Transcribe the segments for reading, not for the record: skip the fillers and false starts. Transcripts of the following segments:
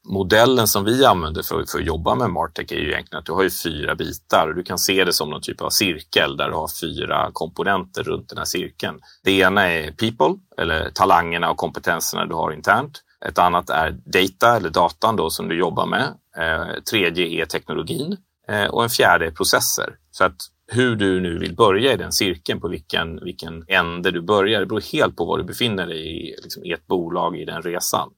modellen som vi använder för att jobba med MarTech är ju egentligen att du har ju 4 bitar och du kan se det som någon typ av cirkel där du har 4 komponenter runt den här cirkeln. Det ena är people, eller talangerna och kompetenserna du har internt. Ett annat är data eller datan då som du jobbar med. Tredje är teknologin och en fjärde är processer. Så att hur du nu vill börja i den cirkeln, på vilken ände du börjar, det beror helt på var du befinner dig i ett bolag i den resan.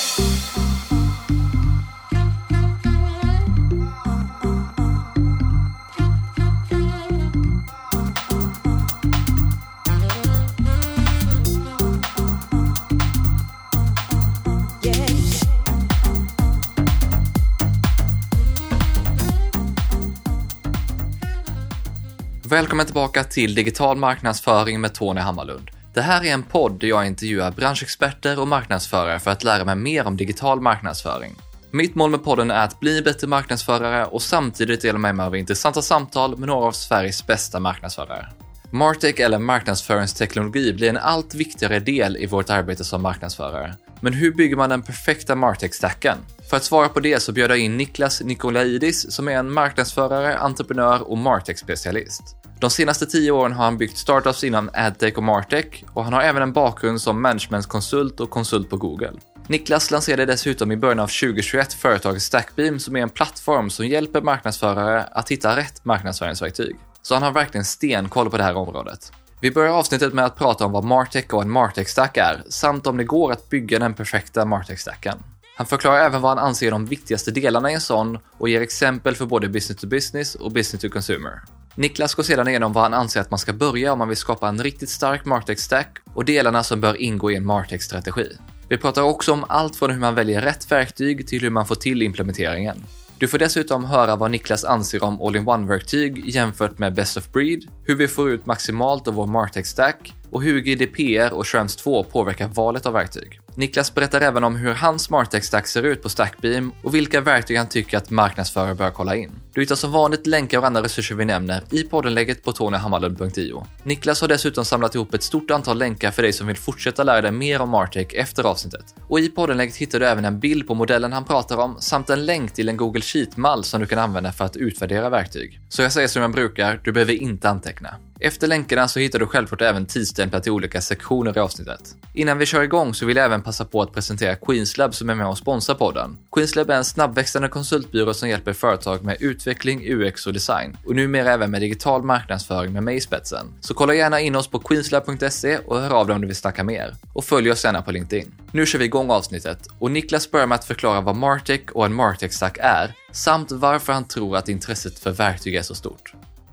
Välkommen tillbaka till Digital marknadsföring med Tony Hammarlund. Det här är en podd där jag intervjuar branschexperter och marknadsförare för att lära mig mer om digital marknadsföring. Mitt mål med podden är att bli bättre marknadsförare och samtidigt dela med mig av intressanta samtal med några av Sveriges bästa marknadsförare. MarTech eller marknadsföringsteknologi blir en allt viktigare del i vårt arbete som marknadsförare. Men hur bygger man den perfekta MarTech-stacken? För att svara på det så bjöd jag in Niklas Nikolaidis som är en marknadsförare, entreprenör och MarTech-specialist. De senaste 10 åren har han byggt startups inom AdTech och MarTech och han har även en bakgrund som managementkonsult och konsult på Google. Niklas lanserade dessutom i början av 2021 företaget Stackbeam som är en plattform som hjälper marknadsförare att hitta rätt marknadsföringsverktyg. Så han har verkligen stenkoll på det här området. Vi börjar avsnittet med att prata om vad MarTech och en MarTech-stack är, samt om det går att bygga den perfekta MarTech-stacken. Han förklarar även vad han anser de viktigaste delarna i en sån och ger exempel för både business to business och business to consumer. Niklas går sedan igenom vad han anser att man ska börja om man vill skapa en riktigt stark MarTech-stack och delarna som bör ingå i en MarTech-strategi. Vi pratar också om allt från hur man väljer rätt verktyg till hur man får till implementeringen. Du får dessutom höra vad Niklas anser om all-in-one-verktyg jämfört med best of breed, hur vi får ut maximalt av vår MarTech-stack och hur GDPR och Schrems 2 påverkar valet av verktyg. Niklas berättar även om hur hans MarTech-stack ser ut på Stackbeam och vilka verktyg han tycker att marknadsförare bör kolla in. Du hittar som vanligt länkar och andra resurser vi nämner i poddenlägget på tonyhammarlund.io. Niklas har dessutom samlat ihop ett stort antal länkar för dig som vill fortsätta lära dig mer om MarTech efter avsnittet. Och i poddenlägget hittar du även en bild på modellen han pratar om samt en länk till en Google Sheet-mall som du kan använda för att utvärdera verktyg. Så jag säger som jag brukar, du behöver inte anteckna. Efter länkarna så hittar du självklart även tidsstämplar till olika sektioner i avsnittet. Innan vi kör igång så vill jag även passa på att presentera Queenslab som är med och sponsrar podden. Queenslab är en snabbväxande konsultbyrå som hjälper företag med utveckling, UX och design. Och numera även med digital marknadsföring med mig i spetsen. Så kolla gärna in oss på queenslab.se och hör av dig om du vill snacka mer. Och följ oss gärna på LinkedIn. Nu kör vi igång avsnittet och Niklas börjar med att förklara vad MarTech och en MarTech-stack är samt varför han tror att intresset för verktyg är så stort.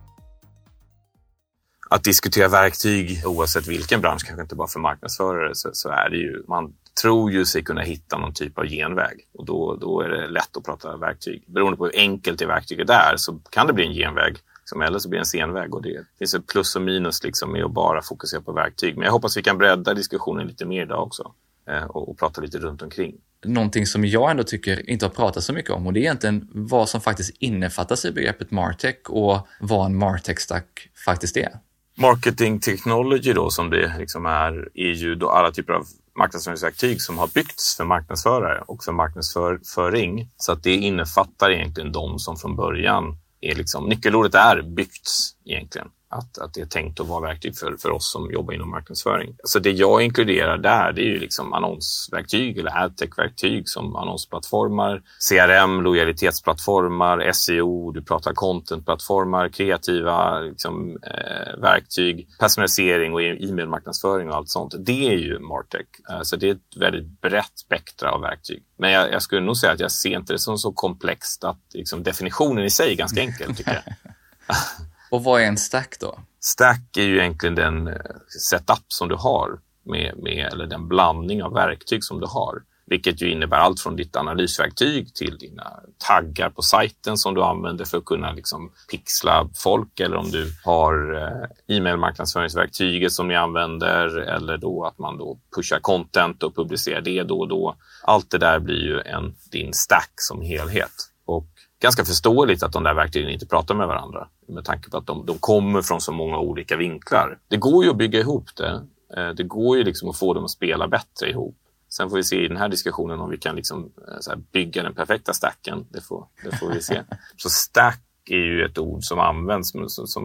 Att diskutera verktyg oavsett vilken bransch, kanske inte bara för marknadsförare, så är det ju, man tror ju sig kunna hitta någon typ av genväg och då är det lätt att prata verktyg. Beroende på hur enkelt det verktyget är så kan det bli en genväg eller så blir det en senväg och det finns ett plus och minus med att bara fokusera på verktyg. Men jag hoppas vi kan bredda diskussionen lite mer idag också och prata lite runt omkring. Någonting som jag ändå tycker inte har pratat så mycket om och det är egentligen vad som faktiskt innefattas i begreppet MarTech och vad en MarTech-stack faktiskt är. Marketing technology då som det är ju då alla typer av marknadsföringsverktyg som har byggts för marknadsförare och för marknadsföring. Så att det innefattar egentligen de som från början är nyckelordet är byggts egentligen. Att det är tänkt att vara verktyg för oss som jobbar inom marknadsföring. Så det jag inkluderar där det är ju annonsverktyg eller AdTech-verktyg som annonsplattformar, CRM, lojalitetsplattformar, SEO, du pratar contentplattformar, kreativa verktyg, personalisering och e-mailmarknadsföring och allt sånt. Det är ju MarTech. Så det är ett väldigt brett spektra av verktyg. Men jag skulle nog säga att jag ser inte det som så komplext att definitionen i sig är ganska enkel tycker jag. Och vad är en stack då? Stack är ju egentligen den setup som du har eller den blandning av verktyg som du har. Vilket ju innebär allt från ditt analysverktyg till dina taggar på sajten som du använder för att kunna pixla folk. Eller om du har e-mailmarknadsföringsverktyget som ni använder. Eller då att man då pushar content och publicerar det då och då. Allt det där blir ju din stack som helhet. Och ganska förståeligt att de där verktygen inte pratar med varandra. Med tanke på att de kommer från så många olika vinklar. Det går ju att bygga ihop det. Det går ju att få dem att spela bättre ihop. Sen får vi se i den här diskussionen om vi kan liksom, så här, bygga den perfekta stacken. Det får vi se. Så stack är ju ett ord som används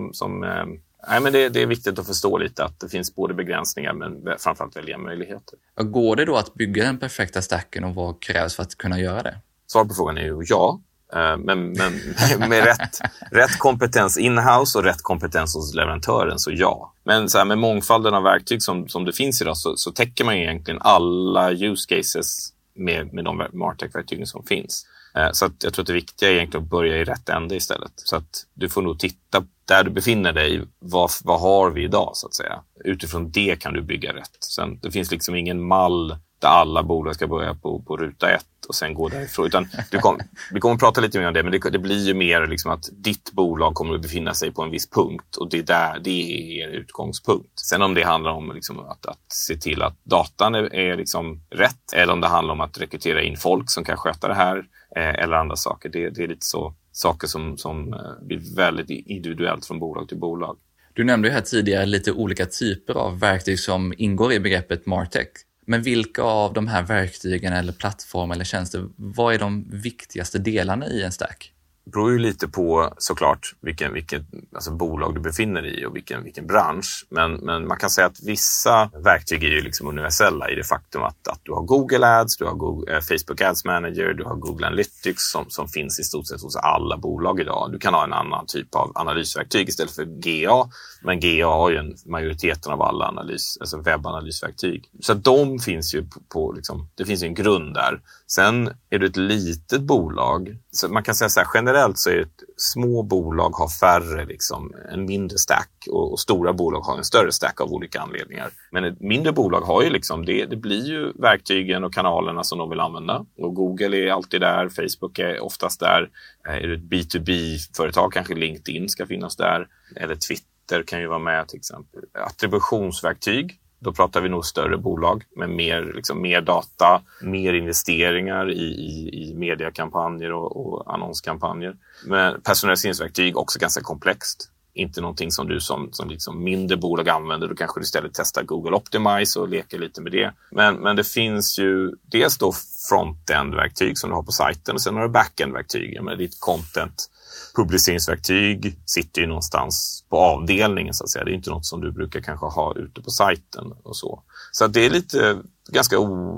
men det är viktigt att förstå lite att det finns både begränsningar men framförallt välja möjligheter. Går det då att bygga den perfekta stacken och vad krävs för att kunna göra det? Svar på frågan är ju ja. Men med rätt kompetens in-house och rätt kompetens hos leverantören, så ja. Men så här, med mångfalden av verktyg som det finns idag så täcker man egentligen alla use cases med de MarTech-verktygen som finns. Så att jag tror att det viktiga är egentligen att börja i rätt ände istället. Så att du får nog titta där du befinner dig, vad har vi idag så att säga. Utifrån det kan du bygga rätt. Sen, det finns liksom ingen mall där alla bolag ska börja på ruta 1 och sen gå därifrån. Utan vi kommer att prata lite mer om det, men det blir ju mer liksom att ditt bolag kommer att befinna sig på en viss punkt och det är er utgångspunkt. Sen om det handlar om liksom att se till att datan är liksom rätt, eller om det handlar om att rekrytera in folk som kan sköta det här eller andra saker. Det är lite så saker som blir väldigt individuellt från bolag till bolag. Du nämnde ju här tidigare lite olika typer av verktyg som ingår i begreppet MarTech. Men vilka av de här verktygen eller plattformar eller tjänster, vad är de viktigaste delarna i en stack? Det beror ju lite på såklart vilket alltså bolag du befinner i och vilken bransch. Men man kan säga att vissa verktyg är ju liksom universella i det faktum att du har Google Ads, du har Facebook Ads Manager, du har Google Analytics som finns i stort sett hos alla bolag idag. Du kan ha en annan typ av analysverktyg istället för GA. Men GA har ju majoriteten av alla alltså webbanalysverktyg. Så de finns ju på liksom, det finns ju en grund där. Sen är du ett litet bolag, så man kan säga så här, generellt så är ett små bolag har färre liksom, en mindre stack och stora bolag har en större stack av olika anledningar. Men ett mindre bolag har ju liksom det blir ju verktygen och kanalerna som de vill använda. Och Google är alltid där, Facebook är oftast där. Är det ett B2B-företag, kanske LinkedIn ska finnas där, eller Twitter kan ju vara med till exempel. Attributionsverktyg. Då pratar vi nog större bolag med mer data, mer investeringar i mediekampanjer och annonskampanjer. Men personaliseringsverktyg också ganska komplext. Inte någonting som du som liksom mindre bolag använder. Då kanske du istället testar Google Optimize och leker lite med det. Men det finns ju dels då front-end-verktyg som du har på sajten och sen har du back-end-verktyg. Men ditt content publiceringsverktyg sitter ju någonstans på avdelningen så att säga. Det är inte något som du brukar kanske ha ute på sajten och så. Så att det är lite ganska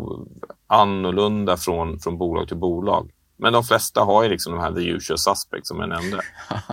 annorlunda från bolag till bolag. Men de flesta har ju liksom de här the usual suspects som jag nämnde.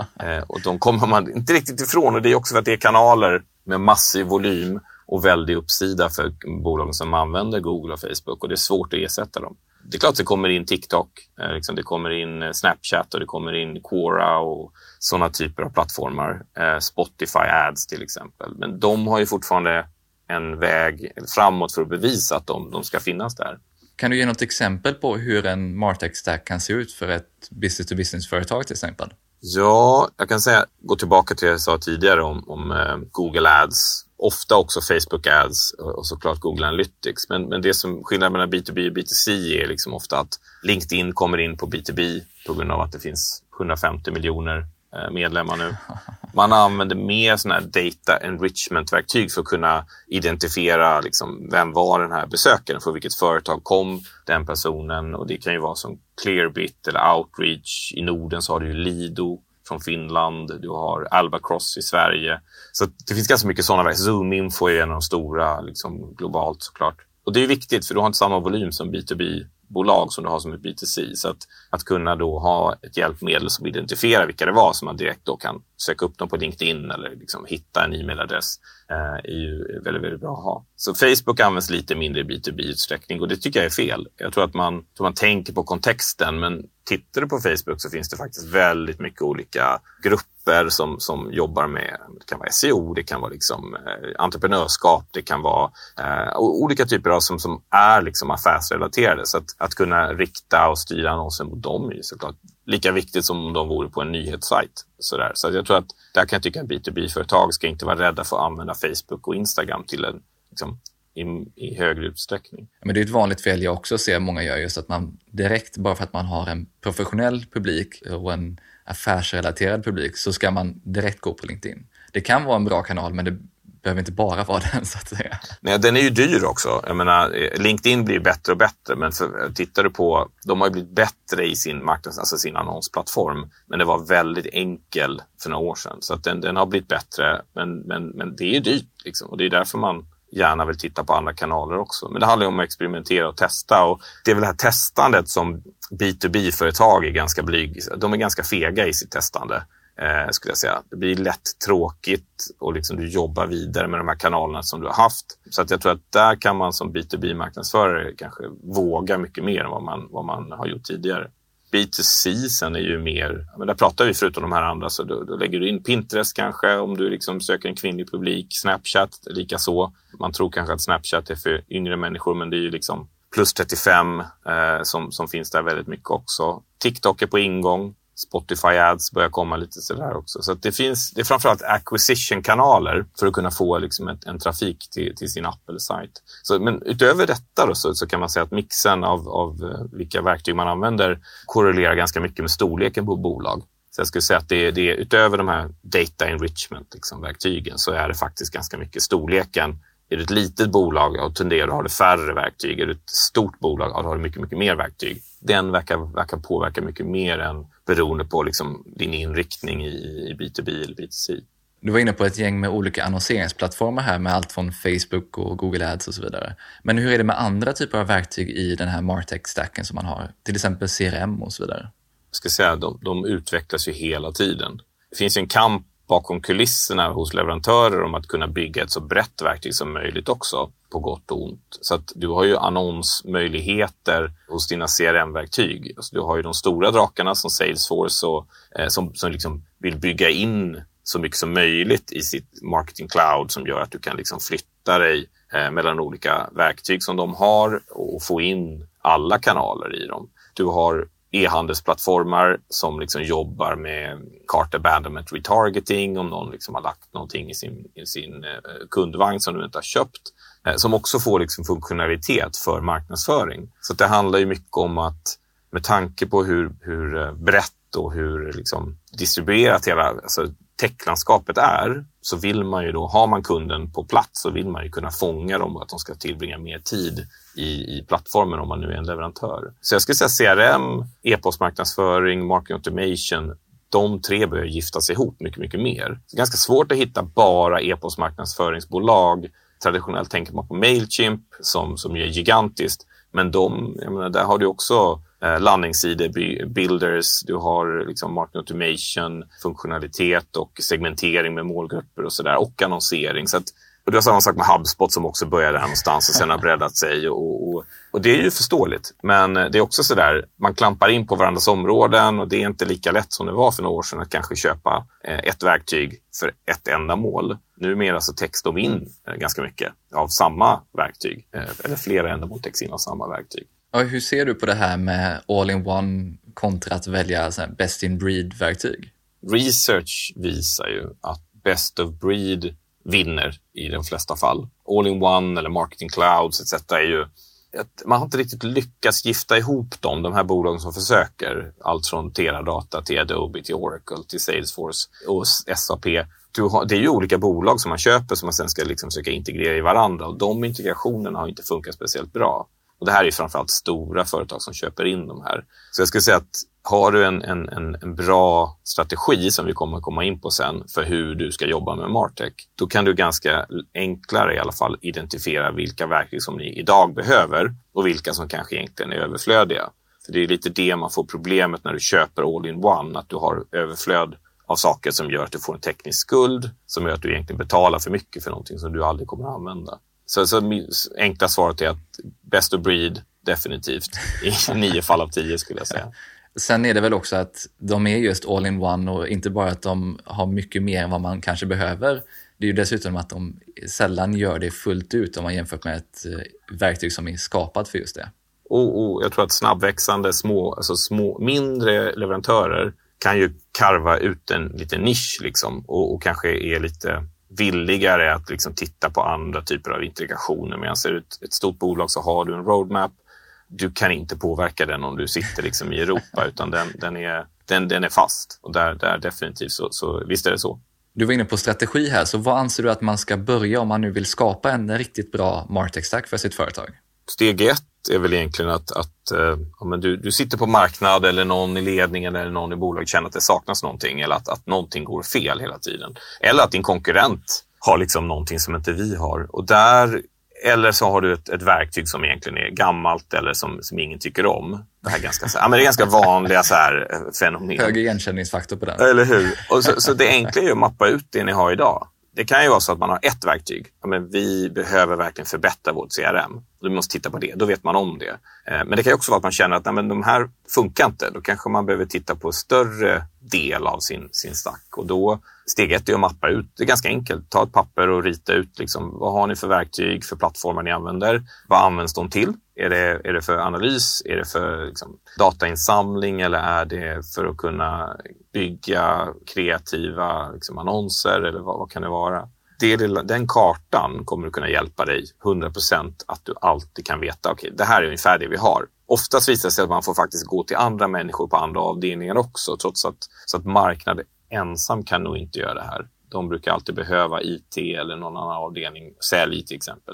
Och de kommer man inte riktigt ifrån. Och det är också för att det är kanaler med massiv volym och väldig uppsida för bolagen som använder Google och Facebook. Och det är svårt att ersätta dem. Det är klart att det kommer in TikTok, det kommer in Snapchat och det kommer in Quora och sådana typer av plattformar. Spotify Ads till exempel. Men de har ju fortfarande en väg framåt för att bevisa att de ska finnas där. Kan du ge något exempel på hur en MarTech-stack kan se ut för ett business-to-business-företag till exempel? Ja, jag kan säga, gå tillbaka till det jag sa tidigare om Google Ads. Ofta också Facebook Ads och såklart Google Analytics. Men det som skillnaden mellan B2B och B2C är liksom ofta att LinkedIn kommer in på B2B på grund av att det finns 150 miljoner medlemmar nu. Man använder mer såna här data enrichment-verktyg för att kunna identifiera liksom, vem var den här besökaren, för vilket företag kom den personen. Och det kan ju vara som Clearbit eller Outreach. I Norden så har du ju Lido från Finland, du har Albacross i Sverige. Så det finns ganska mycket sådana verktyg. Zoom-info är en av de stora liksom, globalt såklart. Och det är viktigt för du har inte samma volym som B2B-bolag som du har som ett B2C. Så att kunna då ha ett hjälpmedel som identifierar vilka det var som man direkt då kan söka upp dem på LinkedIn eller liksom hitta en e-mailadress är ju väldigt, väldigt bra att ha. Så Facebook används lite mindre i B2B-utsträckning och det tycker jag är fel. Jag tror att man tänker på kontexten, men tittar du på Facebook så finns det faktiskt väldigt mycket olika grupper som jobbar med, det kan vara SEO, det kan vara liksom entreprenörskap, det kan vara olika typer av som är liksom affärsrelaterade. Så att kunna rikta och styra annonser mot dem är såklart lika viktigt som om de vore på en nyhetssajt. Så jag tror att där kan jag tycka att B2B-företag ska inte vara rädda för att använda Facebook och Instagram till en liksom, i högre utsträckning. Men det är ett vanligt fel jag också ser många gör, just att man direkt, bara för att man har en professionell publik och en affärsrelaterad publik, så ska man direkt gå på LinkedIn. Det kan vara en bra kanal, men det behöver inte bara vara den, så att säga. Nej, den är ju dyr också. Jag menar, LinkedIn blir bättre och bättre, men tittar du på, de har ju blivit bättre i sin alltså sin annonsplattform, men det var väldigt enkel för några år sedan. Så att den har blivit bättre, men det är ju dyrt liksom, och det är därför man gärna vill titta på andra kanaler också. Men det handlar ju om att experimentera och testa, och det är väl det här testandet som B2B-företag är ganska de är ganska fega i sitt testande, skulle jag säga. Det blir lätt tråkigt och liksom du jobbar vidare med de här kanalerna som du har haft. Så att jag tror att där kan man som B2B-marknadsförare kanske våga mycket mer än vad man har gjort tidigare. B2C sen är ju mer, men där pratar vi förutom de här andra, så då lägger du in Pinterest kanske om du liksom söker en kvinnlig publik, Snapchat lika så. Man tror kanske att Snapchat är för yngre människor, men det är ju liksom plus 35 som finns där väldigt mycket också. TikTok är på ingång, Spotify ads börjar komma lite sådär också. Så att det är framförallt acquisition-kanaler för att kunna få liksom en trafik till sin app eller sajt. Men utöver detta då, så kan man säga att mixen av vilka verktyg man använder korrelerar ganska mycket med storleken på bolag. Så jag skulle säga att det är utöver de här data enrichment liksom, verktygen, så är det faktiskt ganska mycket storleken. Är du ett litet bolag och tenderar att ha det färre verktyg. Är du ett stort bolag och har du mycket, mycket mer verktyg. Den verkar påverka mycket mer än beroende på liksom din inriktning i B2B eller B2C. Du var inne på ett gäng med olika annonseringsplattformar här, med allt från Facebook och Google Ads och så vidare. Men hur är det med andra typer av verktyg i den här MarTech-stacken som man har? Till exempel CRM och så vidare. Jag ska säga att de utvecklas ju hela tiden. Det finns ju en kamp bakom kulisserna hos leverantörer om att kunna bygga ett så brett verktyg som möjligt också, på gott och ont. Så att du har ju annonsmöjligheter hos dina CRM-verktyg. Alltså du har ju de stora drakarna som Salesforce och som liksom vill bygga in så mycket som möjligt i sitt marketing cloud, som gör att du kan liksom flytta dig mellan olika verktyg som de har och få in alla kanaler i dem. Du har e-handelsplattformar som liksom jobbar med cart abandonment retargeting, om någon liksom har lagt någonting i sin kundvagn som du inte har köpt, som också får liksom funktionalitet för marknadsföring. Så det handlar ju mycket om att, med tanke på hur brett och hur liksom distribuerat hela techlandskapet är, så vill man ju då, har man kunden på plats, så vill man ju kunna fånga dem, att de ska tillbringa mer tid i plattformen om man nu är en leverantör. Så jag skulle säga CRM, e-postmarknadsföring, marketing automation, de tre börjar giftas ihop mycket, mycket mer. Det är ganska svårt att hitta bara e-postmarknadsföringsbolag. Traditionellt tänker man på Mailchimp som ju är gigantiskt, men där har du också landningssidor, builders, du har liksom marketing automation, funktionalitet och segmentering med målgrupper och sådär, och annonsering. Så att, och du har samma sak med HubSpot som också började här någonstans och sen har breddat sig. Och det är ju förståeligt, men det är också sådär, man klampar in på varandras områden, och det är inte lika lätt som det var för några år sedan att kanske köpa ett verktyg för ett enda mål. Numera så täcks de in ganska mycket av samma verktyg, eller flera ändamål täcks in av samma verktyg. Och hur ser du på det här med all-in-one kontra att välja best-in-breed-verktyg? Research visar ju att best of breed vinner i de flesta fall. All-in-one eller marketing clouds etc. är ju man har inte riktigt lyckats gifta ihop dem, de här bolagen som försöker. Allt från Teradata till Adobe till Oracle till Salesforce och SAP. Det är ju olika bolag som man köper som man sen ska liksom försöka integrera i varandra, och de integrationerna har inte funkat speciellt bra. Och det här är ju framförallt stora företag som köper in de här. Så jag skulle säga att har du en bra strategi som vi kommer komma in på sen för hur du ska jobba med MarTech, då kan du ganska enklare i alla fall identifiera vilka verktyg som ni idag behöver och vilka som kanske egentligen är överflödiga. För det är lite det man får problemet när du köper all-in-one, att du har överflöd av saker som gör att du får en teknisk skuld, som gör att du egentligen betalar för mycket för någonting som du aldrig kommer att använda. Så enkla svaret är att best of breed definitivt i 9 fall av 10 skulle jag säga. Sen är det väl också att de är just all-in-one, och inte bara att de har mycket mer än vad man kanske behöver. Det är ju dessutom att de sällan gör det fullt ut om man jämför med ett verktyg som är skapat för just det. Och jag tror att snabbväxande mindre leverantörer kan ju karva ut en liten nisch liksom, och kanske är lite villigare att liksom titta på andra typer av integrationer. Medan ser ut ett stort bolag så har du en roadmap. Du kan inte påverka den om du sitter liksom i Europa, utan den är fast. Och där definitivt så visst är det så. Du var inne på strategi här, så vad anser du att man ska börja om man nu vill skapa en riktigt bra MarTech-stack för sitt företag? Steg 1 är väl egentligen att du sitter på marknad eller någon i ledningen eller någon i bolaget känner att det saknas någonting eller att någonting går fel hela tiden. Eller att din konkurrent har liksom någonting som inte vi har. Och eller så har du ett verktyg som egentligen är gammalt eller som ingen tycker om. Det här är ganska vanliga så här fenomen. Hög igenkänningsfaktor på den. Eller hur? Och så det enkla är att mappa ut det ni har idag. Det kan ju vara så att man har ett verktyg. Men vi behöver verkligen förbättra vårt CRM. Du måste titta på det. Då vet man om det. Men det kan ju också vara att man känner att de här funkar inte. Då kanske man behöver titta på större del av sin stack. Och då, steg 1 är att mappa ut. Det är ganska enkelt. Ta ett papper och rita ut liksom, vad har ni för verktyg, för plattformar ni använder. Vad används de till? Är det för analys? Är det för liksom, datainsamling? Eller är det för att kunna bygga kreativa liksom, annonser? Eller vad kan det vara? Den kartan kommer att kunna hjälpa dig 100% att du alltid kan veta okej, det här är ungefär det vi har. Oftast visar det sig att man får faktiskt gå till andra människor på andra avdelningar också, trots att marknaden ensam kan nog inte göra det här. De brukar alltid behöva IT eller någon annan avdelning, sälj till exempel,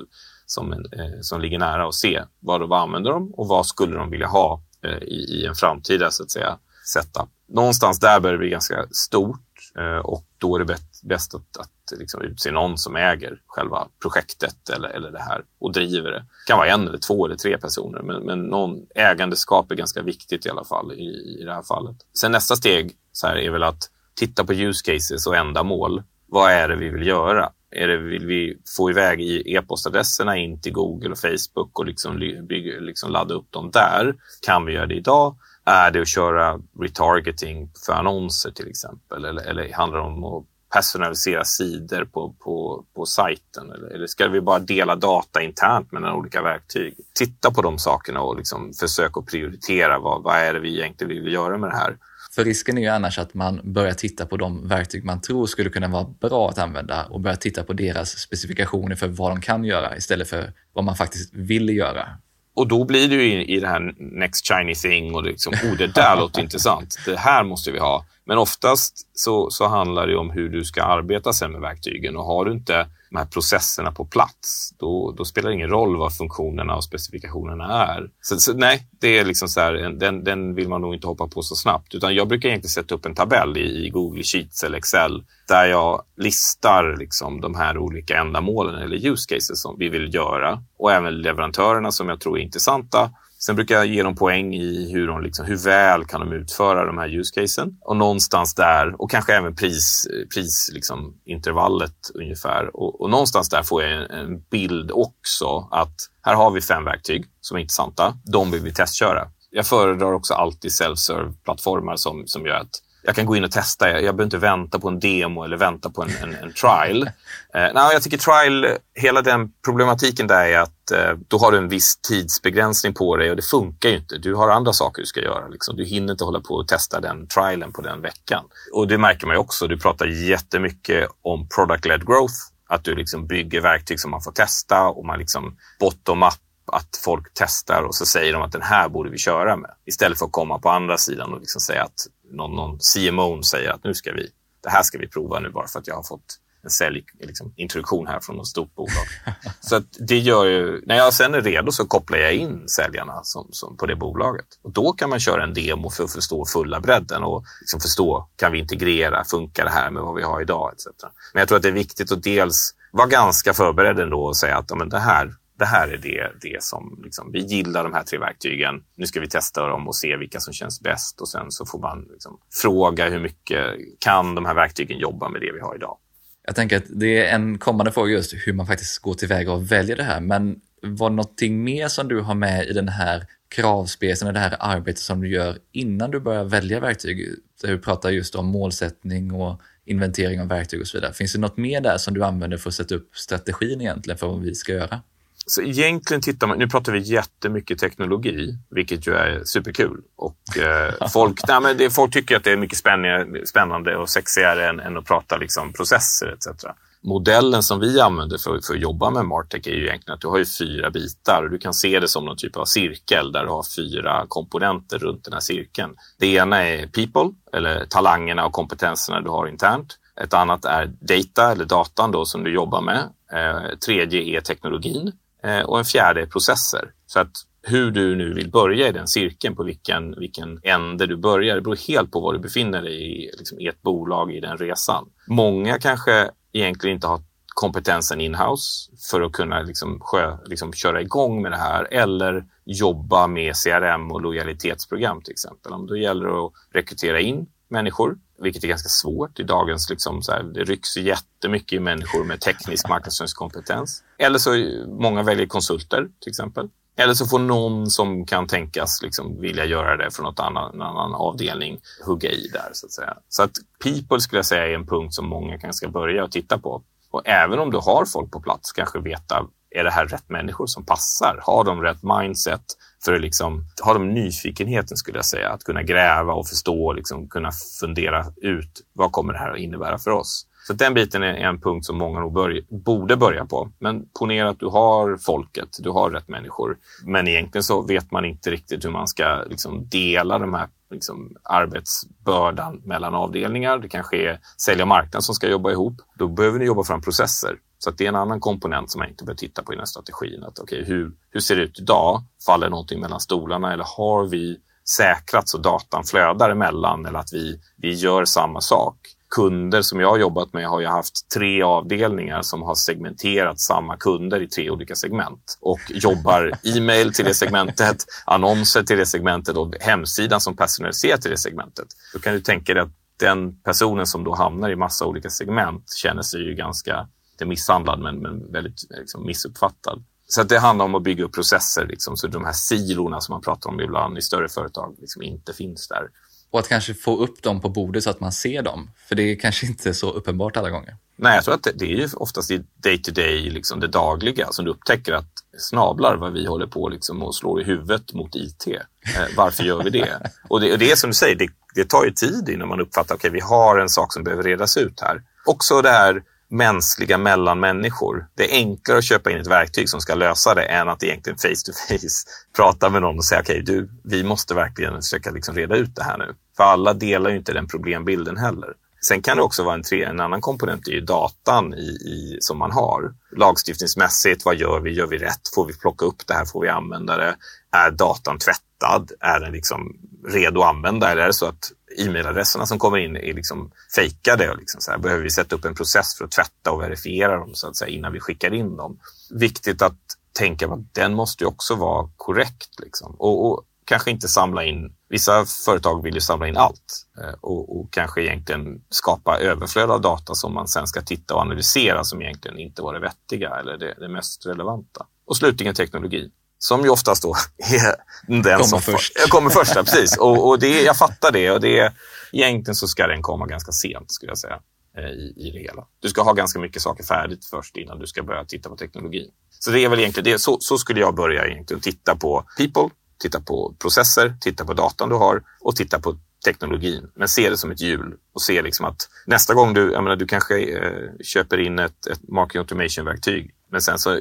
som ligger nära och se vad använder de och vad skulle de vilja ha i en framtida så att säga setup. Någonstans där börjar det bli ganska stort och då är det bäst att liksom utse någon som äger själva projektet eller det här och driver det. Det kan vara 1 eller 2 eller 3 personer men någon ägandeskap är ganska viktigt i alla fall i det här fallet. Sen nästa steg så här är väl att titta på use cases och ändamål. Vad är det vi vill göra? Vill vi få iväg i e-postadresserna in till Google och Facebook och liksom ladda upp dem där? Kan vi göra det idag? Är det att köra retargeting för annonser till exempel? Eller handlar det om att personalisera sidor på sajten? Eller ska vi bara dela data internt mellan olika verktyg? Titta på de sakerna och liksom försöka att prioritera vad är det vi egentligen vill göra med det här. För risken är ju annars att man börjar titta på de verktyg man tror skulle kunna vara bra att använda och börja titta på deras specifikationer för vad de kan göra istället för vad man faktiskt vill göra. Och då blir det ju i det här next shiny thing och liksom, det där låter intressant. Det här måste vi ha. Men oftast så handlar det om hur du ska arbeta sen med verktygen. Och har du inte de här processerna på plats, då spelar det ingen roll vad funktionerna och specifikationerna är. Så nej, det är liksom så här, den vill man nog inte hoppa på så snabbt. Utan jag brukar egentligen sätta upp en tabell i Google Sheets eller Excel där jag listar liksom de här olika ändamålen eller use cases som vi vill göra. Och även leverantörerna som jag tror är intressanta. Sen brukar jag ge dem poäng i hur väl kan de utföra de här use casen. Och någonstans där, och kanske även intervallet ungefär. Och någonstans där får jag en bild också att här har vi 5 verktyg som är intressanta. De vill vi testköra. Jag föredrar också alltid self-serve-plattformar som gör att jag kan gå in och testa. Jag behöver inte vänta på en demo eller vänta på en trial. Jag tycker trial, hela den problematiken där är att då har du en viss tidsbegränsning på dig och det funkar ju inte. Du har andra saker du ska göra. Liksom. Du hinner inte hålla på och testa den trialen på den veckan. Och det märker man ju också. Du pratar jättemycket om product-led growth. Att du liksom bygger verktyg som man får testa och man liksom bottom-up. Att folk testar och så säger de att den här borde vi köra med. Istället för att komma på andra sidan och liksom säga att någon CMO säger att det här ska vi prova nu bara för att jag har fått en introduktion här från något stort bolag. Så att det gör ju, när jag sen är redo så kopplar jag in säljarna som på det bolaget. Och då kan man köra en demo för att förstå fulla bredden och liksom förstå, kan vi integrera, funkar det här med vad vi har idag etc. Men jag tror att det är viktigt att dels vara ganska förberedd ändå och säga att det här är det som liksom, vi gillar de här 3 verktygen. Nu ska vi testa dem och se vilka som känns bäst. Och sen så får man liksom fråga hur mycket kan de här verktygen jobba med det vi har idag. Jag tänker att det är en kommande fråga just hur man faktiskt går tillväga och väljer det här. Men var det någonting mer som du har med i den här kravspecen och det här arbetet som du gör innan du börjar välja verktyg? Där du pratar just om målsättning och inventering av verktyg och så vidare. Finns det något mer där som du använder för att sätta upp strategin egentligen för vad vi ska göra? Så egentligen nu pratar vi jättemycket teknologi, vilket ju är superkul. Och folk tycker att det är mycket spännande och sexigare än att prata liksom processer etc. Modellen som vi använder för att jobba med MarTech är ju egentligen att du har ju 4 bitar och du kan se det som någon typ av cirkel där du har 4 komponenter runt den här cirkeln. Det ena är people, eller talangerna och kompetenserna du har internt. Ett annat är data eller datan då som du jobbar med. Tredje är teknologin. Och en fjärde är processer. Så att hur du nu vill börja i den cirkeln, på vilken ände du börjar, det beror helt på var du befinner dig i ett bolag i den resan. Många kanske egentligen inte har kompetensen in-house för att kunna köra igång med det här eller jobba med CRM och lojalitetsprogram till exempel. Om då gäller det att rekrytera in människor, vilket är ganska svårt i dagens det rycks jättemycket i människor med teknisk marknadsföringskompetens. Eller så många väljer konsulter till exempel. Eller så får någon som kan tänkas vilja göra det från en annan avdelning hugga i där så att säga. Så att people skulle jag säga är en punkt som många kanske ska börja och titta på. Och även om du har folk på plats kanske veta, är det här rätt människor som passar? Har de rätt mindset för att har de nyfikenheten skulle jag säga, att kunna gräva och förstå och kunna fundera ut vad kommer det här att innebära för oss? Så den biten är en punkt som många nog borde börja på. Men ponera att du har folket, du har rätt människor. Men egentligen så vet man inte riktigt hur man ska dela de här arbetsbördan mellan avdelningar. Det kanske är sälj och marknad som ska jobba ihop. Då behöver ni jobba fram processer. Så att det är en annan komponent som man inte behöver titta på i den här strategin. Att, hur ser det ut idag? Faller någonting mellan stolarna? Eller har vi säkrat så datan flödar emellan? Eller att vi gör samma sak? Kunder som jag har jobbat med har jag haft 3 avdelningar som har segmenterat samma kunder i 3 olika segment. Och jobbar e-mail till det segmentet, annonser till det segmentet och hemsidan som personaliserar till det segmentet. Då kan du tänka dig att den personen som då hamnar i massa olika segment känner sig ju ganska, inte misshandlad men väldigt missuppfattad. Så att det handlar om att bygga upp processer så de här silorna som man pratar om ibland i större företag inte finns där. Och att kanske få upp dem på bordet så att man ser dem. För det är kanske inte så uppenbart alla gånger. Nej, jag tror att det är ju oftast i day-to-day, det dagliga, som du upptäcker att snablar vad vi håller på och slår i huvudet mot IT. Varför gör vi det? Och det är som du säger, det tar ju tid innan man uppfattar att vi har en sak som behöver redas ut här. Också det här mänskliga mellan människor. Det är enklare att köpa in ett verktyg som ska lösa det än att egentligen face to face prata med någon och säga vi måste verkligen försöka reda ut det här nu. För alla delar ju inte den problembilden heller. Sen kan det också vara en annan komponent i datan som man har. Lagstiftningsmässigt, vad gör vi? Gör vi rätt? Får vi plocka upp det här? Får vi använda det? Är datan tvättad? Är den redo att använda? Eller är det så att e-mailadresserna som kommer in är fejkade? Och behöver vi sätta upp en process för att tvätta och verifiera dem så att säga, innan vi skickar in dem? Viktigt att tänka på att den måste ju också vara korrekt. Och kanske inte samla in, vissa företag vill ju samla in allt och kanske egentligen skapa överflöd av data som man sen ska titta och analysera som egentligen inte var det vettiga eller det mest relevanta. Och slutligen teknologi, som ju oftast då är den som kommer först. Precis. Och jag fattar det, och egentligen så ska den komma ganska sent skulle jag säga i det hela. Du ska ha ganska mycket saker färdigt först innan du ska börja titta på teknologi. Så det är väl egentligen det. Så skulle jag börja egentligen, titta på people, titta på processer, titta på datan du har och titta på teknologin. Men se det som ett hjul och se att nästa gång du kanske köper in ett marketing automation-verktyg, men sen så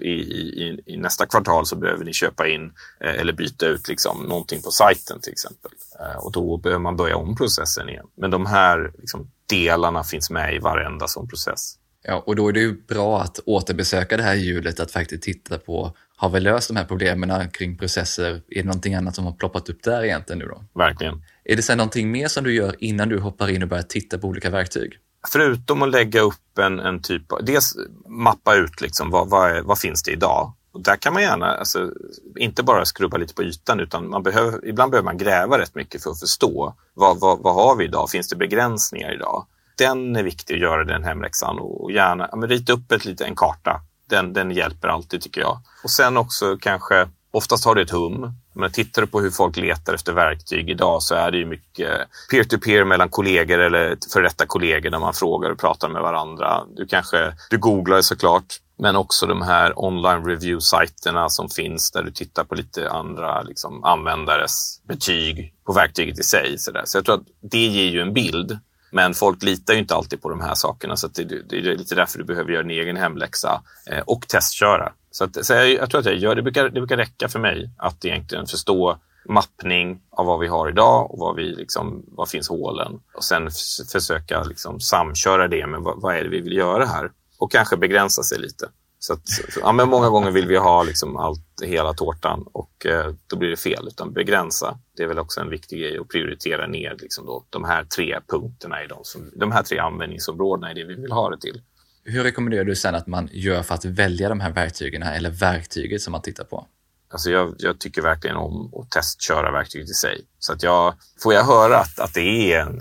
i nästa kvartal så behöver ni köpa in eller byta ut någonting på sajten till exempel. Och då behöver man börja om processen igen. Men de här delarna finns med i varenda sån process. Ja, och då är det ju bra att återbesöka det här hjulet, att faktiskt titta på, har vi löst de här problemen kring processer? Är det någonting annat som har ploppat upp där egentligen nu då? Verkligen. Är det sen någonting mer som du gör innan du hoppar in och börjar titta på olika verktyg? Förutom att lägga upp en typ av, dels mappa ut vad finns det idag? Och där kan man gärna, inte bara skrubba lite på ytan, utan ibland behöver man gräva rätt mycket för att förstå vad har vi idag? Finns det begränsningar idag? Den är viktig att göra, den hemläxan, och gärna rita upp en karta. Den hjälper alltid tycker jag. Och sen också kanske, oftast har det ett hum. Men tittar du på hur folk letar efter verktyg idag så är det ju mycket peer-to-peer mellan kollegor eller för detta kollegor när man frågar och pratar med varandra. Du googlar såklart, men också de här online review-sajterna som finns där du tittar på lite andra användares betyg på verktyget i sig. Så jag tror att det ger ju en bild. Men folk litar ju inte alltid på de här sakerna, så att det är lite därför du behöver göra en egen hemläxa och testköra. Så jag tror att det brukar räcka för mig att egentligen förstå mappning av vad vi har idag och vad finns hålen. Och sen försöka liksom samköra det med vad är det vi vill göra här. Och kanske begränsa sig lite. Så att, men många gånger vill vi ha liksom hela tårtan och då blir det fel. Utan begränsa. Det är väl också en viktig grej att prioritera ner liksom då, de här 3 punkterna de här 3 användningsområdena är det vi vill ha det till. Hur rekommenderar du sen att man gör för att välja de här verktygen eller verktyget som man tittar på? Alltså jag tycker verkligen om att testköra verktyget i sig. Så att får jag höra att det är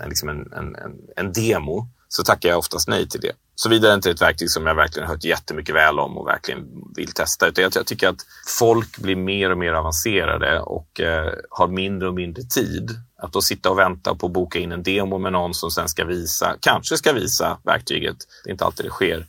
en demo så tackar jag oftast nej till det. Såvida det inte är ett verktyg som jag verkligen hört jättemycket väl om och verkligen vill testa. Utan jag tycker att folk blir mer och mer avancerade och har mindre och mindre tid. Att då sitta och vänta på att boka in en demo med någon som sen kanske ska visa verktyget. Det är inte alltid det sker.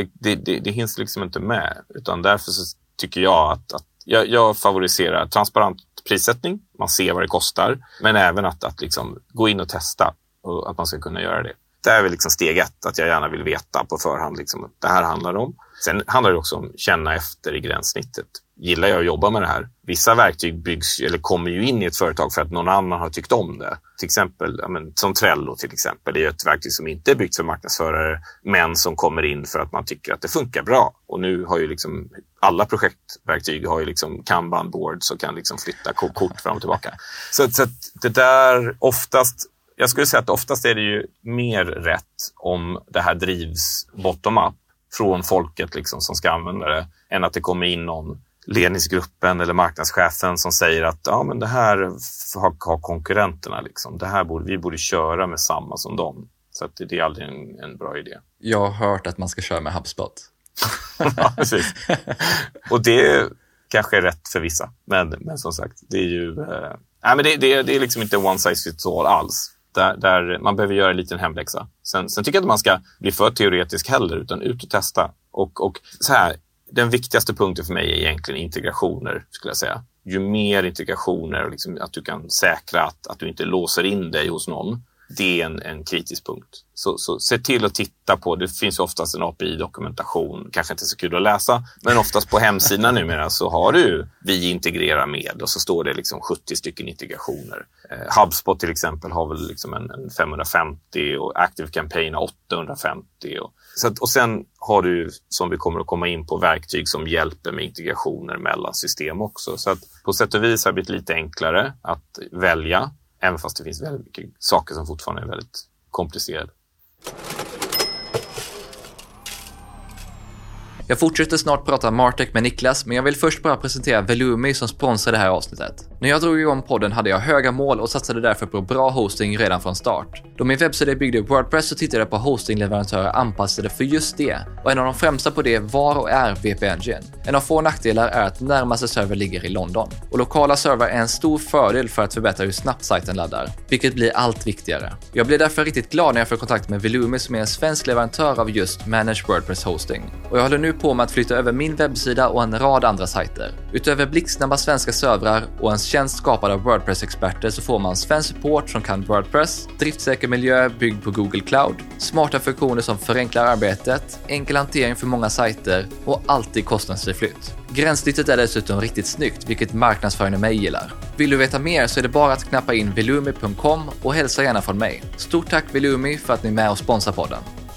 Det hinns liksom inte med. Utan därför så tycker jag att jag favoriserar transparent prissättning. Man ser vad det kostar. Men även att liksom gå in och testa och att man ska kunna göra det. Det är väl liksom steg 1, att jag gärna vill veta på förhand liksom, att det här handlar om. Sen handlar det också om känna efter i gränssnittet. Gillar jag att jobba med det här? Vissa verktyg byggs eller kommer ju in i ett företag för att någon annan har tyckt om det. Till exempel, som Trello till exempel. Det är ett verktyg som inte är byggt för marknadsförare men som kommer in för att man tycker att det funkar bra. Och nu har ju liksom alla projektverktyg har ju liksom Kanban boards och kan liksom flytta kort fram och tillbaka. Så att det där oftast... Jag skulle säga att oftast är det ju mer rätt om det här drivs bottom-up från folket liksom som ska använda det än att det kommer in någon ledningsgruppen eller marknadschefen som säger att men det här har konkurrenterna. Liksom. Det här vi borde köra med samma som dem. Så att det är aldrig en bra idé. Jag har hört att man ska köra med HubSpot. Ja, precis. Och det kanske är rätt för vissa. Men som sagt, det är ju... det är liksom inte one size fits all alls. Där man behöver göra en liten hemläxa. Sen tycker jag inte man ska bli för teoretisk heller, utan ut och testa. Och så här, den viktigaste punkten för mig är egentligen integrationer, skulle jag säga. Ju mer integrationer och liksom att du kan säkra att du inte låser in dig hos någon, det är en kritisk punkt. Så se till att titta på, det finns ju oftast en API-dokumentation, kanske inte så kul att läsa, men oftast på hemsidan numera så har du vi integrerar med och så står det liksom 70 stycken integrationer. HubSpot till exempel har väl liksom en 550 och ActiveCampaign har 850 och sen har du, som vi kommer att komma in på, verktyg som hjälper med integrationer mellan system också. Så att på sätt och vis har det blivit lite enklare att välja. Även fast det finns väldigt mycket saker som fortfarande är väldigt komplicerade. Jag fortsätter snart prata Martech med Niklas, men jag vill först bara presentera Velumi som sponsrar det här avsnittet. När jag drog igång podden hade jag höga mål och satsade därför på bra hosting redan från start. Då min webbsida byggde WordPress så tittade jag på hostingleverantörer anpassade för just det, och en av de främsta på det var och är VP Engine. En av få nackdelar är att närmaste server ligger i London, och lokala server är en stor fördel för att förbättra hur snabbt sajten laddar, vilket blir allt viktigare. Jag blev därför riktigt glad när jag fick kontakt med Velumi som är en svensk leverantör av just Managed WordPress Hosting, och jag håller nu på med att flytta över min webbsida och en rad andra sajter. Utöver blixtsnabba svenska servrar och en tjänst skapad av WordPress-experter så får man svensk support som kan WordPress, driftsäker miljö byggd på Google Cloud, smarta funktioner som förenklar arbetet, enkel hantering för många sajter och alltid kostnadsfri flytt. Gränssnittet är dessutom riktigt snyggt, vilket marknadsföringen mig gillar. Vill du veta mer så är det bara att knappa in velumi.com och hälsa gärna från mig. Stort tack Velumi för att ni är med och sponsrar podden.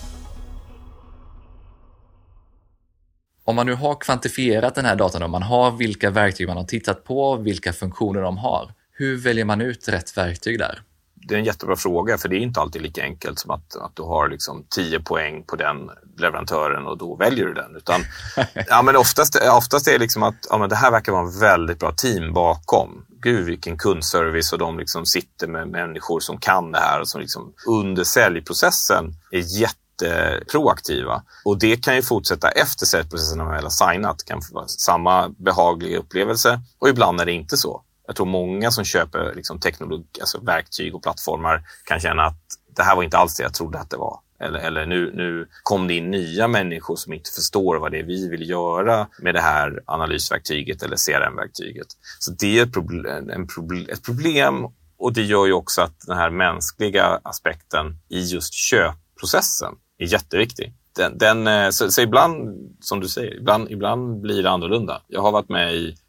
Om man nu har kvantifierat den här datan och man har vilka verktyg man har tittat på, vilka funktioner de har, hur väljer man ut rätt verktyg där? Det är en jättebra fråga, för det är inte alltid lika enkelt som att du har liksom 10 poäng på den leverantören och då väljer du den. Utan, men oftast är det liksom att men det här verkar vara en väldigt bra team bakom. Gud, vilken kundservice, och de liksom sitter med människor som kan det här och som liksom under säljprocessen är proaktiva. Och det kan ju fortsätta efter säljprocessen när man väl har signat. Det kan vara samma behagliga upplevelse, och ibland är det inte så. Jag tror många som köper liksom teknologi, alltså verktyg och plattformar kan känna att det här var inte alls det jag trodde att det var. Eller nu kom det in nya människor som inte förstår vad det är vi vill göra med det här analysverktyget eller CRM-verktyget. Så det är ett problem, och det gör ju också att den här mänskliga aspekten i just köpprocessen är jätteviktig. Så ibland, som du säger, ibland blir det annorlunda. Jag har varit med i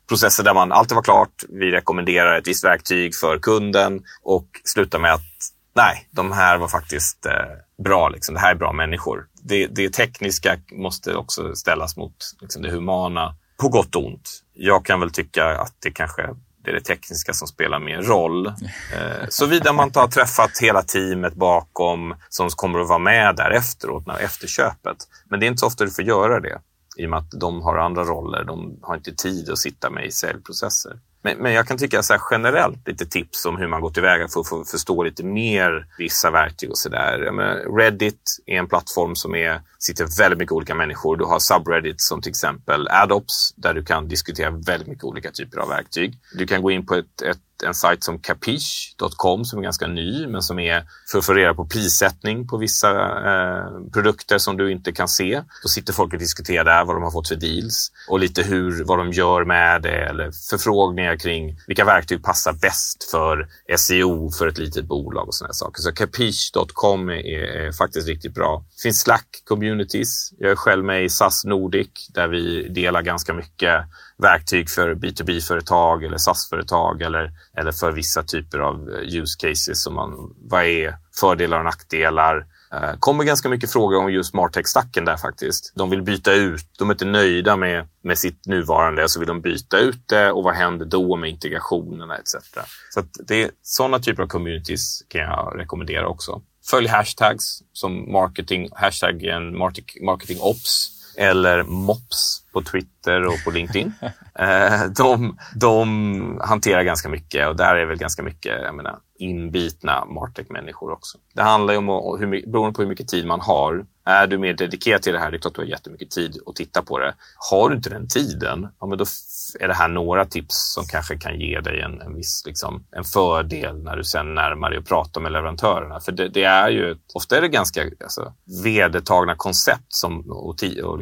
processer där man alltid var klart, vi rekommenderar ett visst verktyg för kunden och slutar med att nej, de här var faktiskt bra. Liksom. Det här är bra människor. Det tekniska måste också ställas mot liksom, det humana på gott och ont. Jag kan väl tycka att det kanske är det tekniska som spelar mer roll. Såvida man inte har träffat hela teamet bakom som kommer att vara med där efteråt, efter köpet. Men det är inte så ofta du får göra det. I och med att de har andra roller. De har inte tid att sitta med i säljprocesser. Men jag kan tycka så här generellt lite tips om hur man går tillväga för att förstå lite mer vissa verktyg och sådär. Reddit är en plattform som sitter väldigt mycket olika människor. Du har subreddit som till exempel AdOps där du kan diskutera väldigt mycket olika typer av verktyg. Du kan gå in på en sajt som Capiche.com som är ganska ny men som är för att få reda på prissättning på vissa produkter som du inte kan se. Då sitter folk och diskuterar där vad de har fått för deals och lite vad de gör med det eller förfrågningar kring vilka verktyg passar bäst för SEO för ett litet bolag och sådana saker. Så Capiche.com är faktiskt riktigt bra. Det finns Slack-communities. Jag är själv med i SAS Nordic där vi delar ganska mycket verktyg för B2B-företag eller SAS-företag eller för vissa typer av use cases som vad är fördelar och nackdelar. Kommer ganska mycket frågor om just Martech-stacken där faktiskt. De vill byta ut, de är inte nöjda med sitt nuvarande och så vill de byta ut det och vad händer då med integrationerna etc. Så att det är sådana typer av communities kan jag rekommendera också. Följ hashtags som hashtaggen marketing ops eller mops på Twitter och på LinkedIn. De hanterar ganska mycket och där är väl ganska mycket inbitna Martech-människor också. Det handlar ju om beroende på hur mycket tid man har. Är du mer dedikerad till det här, det är klart du har jättemycket tid att titta på det. Har du inte den tiden, ja, men då är det här några tips som kanske kan ge dig en viss en fördel när du sen närmar dig och pratar med leverantörerna. För det är ju, ofta är det ganska vedertagna koncept och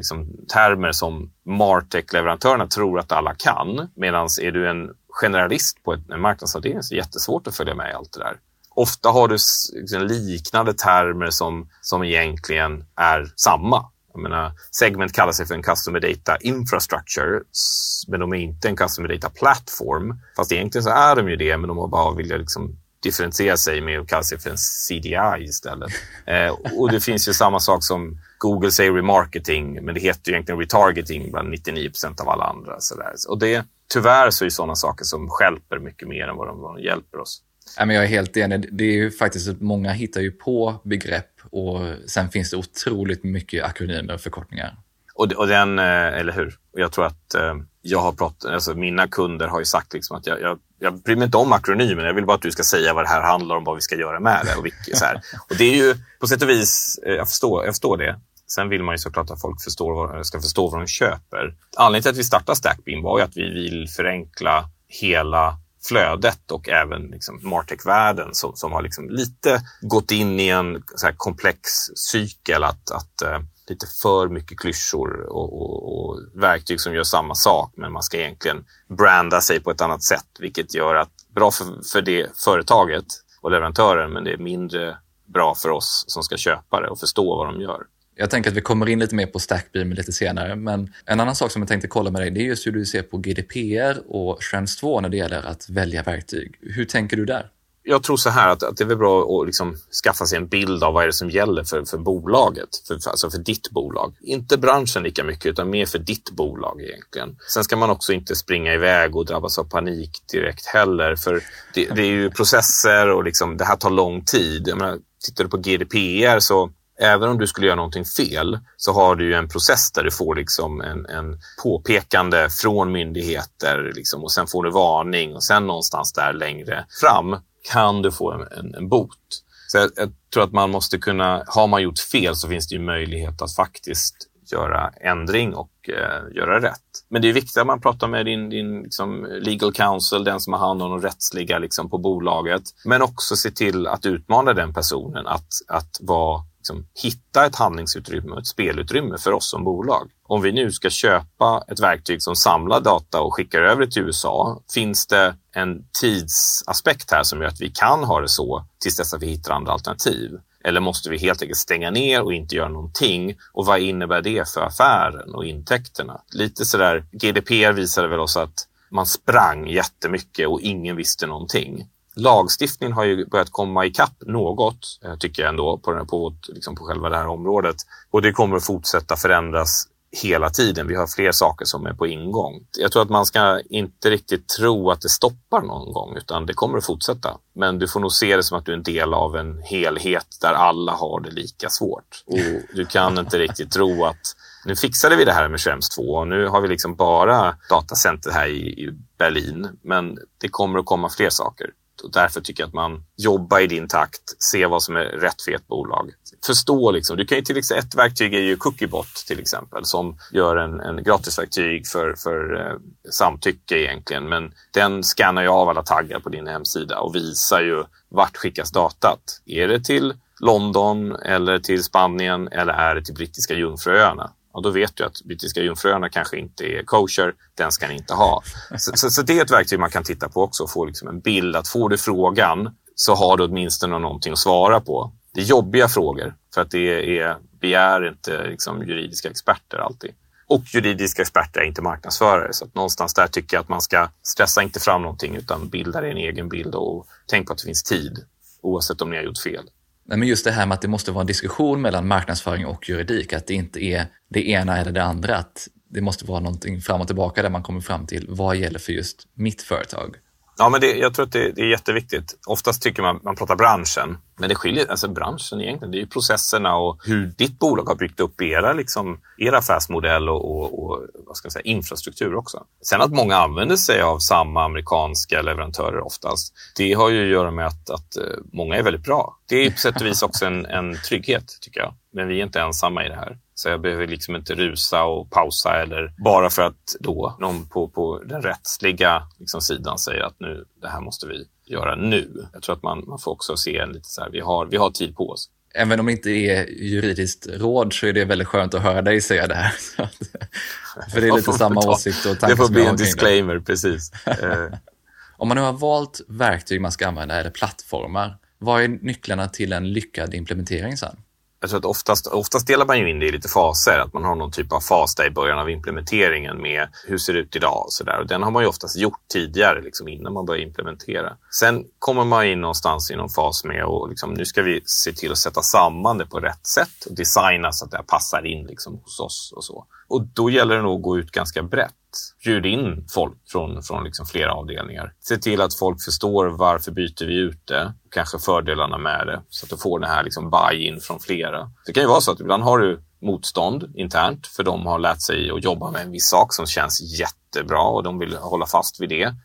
termer som Martech-leverantörerna tror att alla kan. Medan är du en generalist på en marknadsavdelning så är det jättesvårt att följa med i allt det där. Ofta har du liknande termer som egentligen är samma. Jag menar, Segment kallar sig för en Customer Data Infrastructure, men de är inte en Customer Data Platform. Fast egentligen så är de ju det, men de har bara vilja differentiera sig med att kalla sig för en CDI istället. Och det finns ju samma sak som Google säger remarketing, men det heter ju egentligen retargeting bland 99% av alla andra. Och tyvärr så är sådana saker som stjälper mycket mer än vad de hjälper oss. Ja, men jag är helt enig. Det är ju faktiskt att många hittar ju på begrepp och sen finns det otroligt mycket akronymer och förkortningar. Och den, eller hur? Och jag tror att jag har pratat, mina kunder har ju sagt att jag bryr mig inte om akronymen, jag vill bara att du ska säga vad det här handlar om, vad vi ska göra med det och vilket, så här. Och det är ju på sätt och vis, jag förstår det. Sen vill man ju såklart att folk ska förstå vad de köper. Anledningen till att vi startar Stackbeam var ju att vi vill förenkla hela flödet och även Martech-världen som har lite gått in i en så här komplex cykel att lite för mycket klyschor och verktyg som gör samma sak, men man ska egentligen branda sig på ett annat sätt, vilket gör att bra för det företaget och leverantören, men det är mindre bra för oss som ska köpa det och förstå vad de gör. Jag tänker att vi kommer in lite mer på Stackbeam lite senare, men en annan sak som jag tänkte kolla med dig, det är just hur du ser på GDPR och Schrems 2 när det gäller att välja verktyg. Hur tänker du där? Jag tror så här att det är väl bra att skaffa sig en bild av vad är det som gäller för bolaget, för ditt bolag. Inte branschen lika mycket utan mer för ditt bolag egentligen. Sen ska man också inte springa iväg och drabbas av panik direkt heller, för det är ju processer och det här tar lång tid. Jag menar, tittar du på GDPR så även om du skulle göra någonting fel så har du ju en process där du får en påpekande från myndigheter och sen får du varning och sen någonstans där längre fram kan du få en bot. Så jag tror att man måste har man gjort fel så finns det ju möjlighet att faktiskt göra ändring och göra rätt. Men det är viktigt att man pratar med din legal counsel, den som har hand om de rättsliga på bolaget, men också se till att utmana den personen att hitta ett handlingsutrymme och ett spelutrymme för oss som bolag. Om vi nu ska köpa ett verktyg som samlar data och skickar över det till USA, finns det en tidsaspekt här som gör att vi kan ha det så tills dess att vi hittar andra alternativ? Eller måste vi helt enkelt stänga ner och inte göra någonting? Och vad innebär det för affären och intäkterna? Lite sådär, GDPR visade väl oss att man sprang jättemycket och ingen visste någonting. Lagstiftningen har ju börjat komma ikapp något, tycker jag ändå, på själva det här området. Och det kommer att fortsätta förändras hela tiden. Vi har fler saker som är på ingång. Jag tror att man ska inte riktigt tro att det stoppar någon gång, utan det kommer att fortsätta. Men du får nog se det som att du är en del av en helhet där alla har det lika svårt. Och du kan inte riktigt tro att nu fixade vi det här med Schrems 2 och nu har vi liksom bara datacenter här i Berlin. Men det kommer att komma fler saker. Och därför tycker jag att man jobbar i din takt, se vad som är rätt för ett bolag. Förstå liksom, du kan ju till exempel, ett verktyg är ju Cookiebot till exempel, som gör en gratisverktyg för samtycke egentligen. Men den scannar ju av alla taggar på din hemsida och visar ju vart skickas datat. Är det till London eller till Spanien eller är det till Brittiska Jungfruöarna? Och då vet du att Brittiska Jungfruöarna kanske inte är kosher, den ska ni inte ha. Så det är ett verktyg man kan titta på också och få liksom en bild att får du frågan så har du åtminstone någonting att svara på. Det är jobbiga frågor för att begär inte liksom juridiska experter alltid. Och juridiska experter är inte marknadsförare, så att någonstans där tycker jag att man ska stressa inte fram någonting utan bilda din egen bild och tänk på att det finns tid oavsett om ni har gjort fel. Nej, men just det här med att det måste vara en diskussion mellan marknadsföring och juridik, att det inte är det ena eller det andra, att det måste vara någonting fram och tillbaka där man kommer fram till vad gäller för just mitt företag. Ja, men jag tror att det är jätteviktigt. Oftast tycker man pratar branschen, men det skiljer, alltså branschen egentligen, det är ju processerna och hur ditt bolag har byggt upp era affärsmodell och vad ska jag säga, infrastruktur också. Sen att många använder sig av samma amerikanska leverantörer oftast, det har ju att göra med att många är väldigt bra. Det är på sätt och vis också en trygghet tycker jag, men vi är inte ensamma i det här. Så jag behöver liksom inte rusa och pausa eller bara för att då någon på den rättsliga liksom sidan säger att nu, det här måste vi göra nu. Jag tror att man får också se en lite så här, vi har tid på oss. Även om det inte är juridiskt råd så är det väldigt skönt att höra dig säga det här. För det är lite samma åsikt och tankar. Det får bli en disclaimer, precis. Om man nu har valt verktyg man ska använda eller plattformar, vad är nycklarna till en lyckad implementering sen? Jag tror att oftast delar man ju in det i lite faser. Att man har någon typ av fas där i början av implementeringen med hur ser det ut idag och sådär. Och den har man ju oftast gjort tidigare liksom, innan man börjar implementera. Sen kommer man in någonstans i någon fas med och liksom, nu ska vi se till att sätta samman det på rätt sätt och designa så att det passar in liksom, hos oss och så. Och då gäller det nog att gå ut ganska brett. Bjud in folk från liksom flera avdelningar. Se till att folk förstår varför byter vi ut det. Kanske fördelarna med det. Så att du får den här liksom buy-in från flera. Det kan ju vara så att ibland har du motstånd internt. För de har lärt sig att jobba med en viss sak som känns jättebra. Och de vill hålla fast vid det.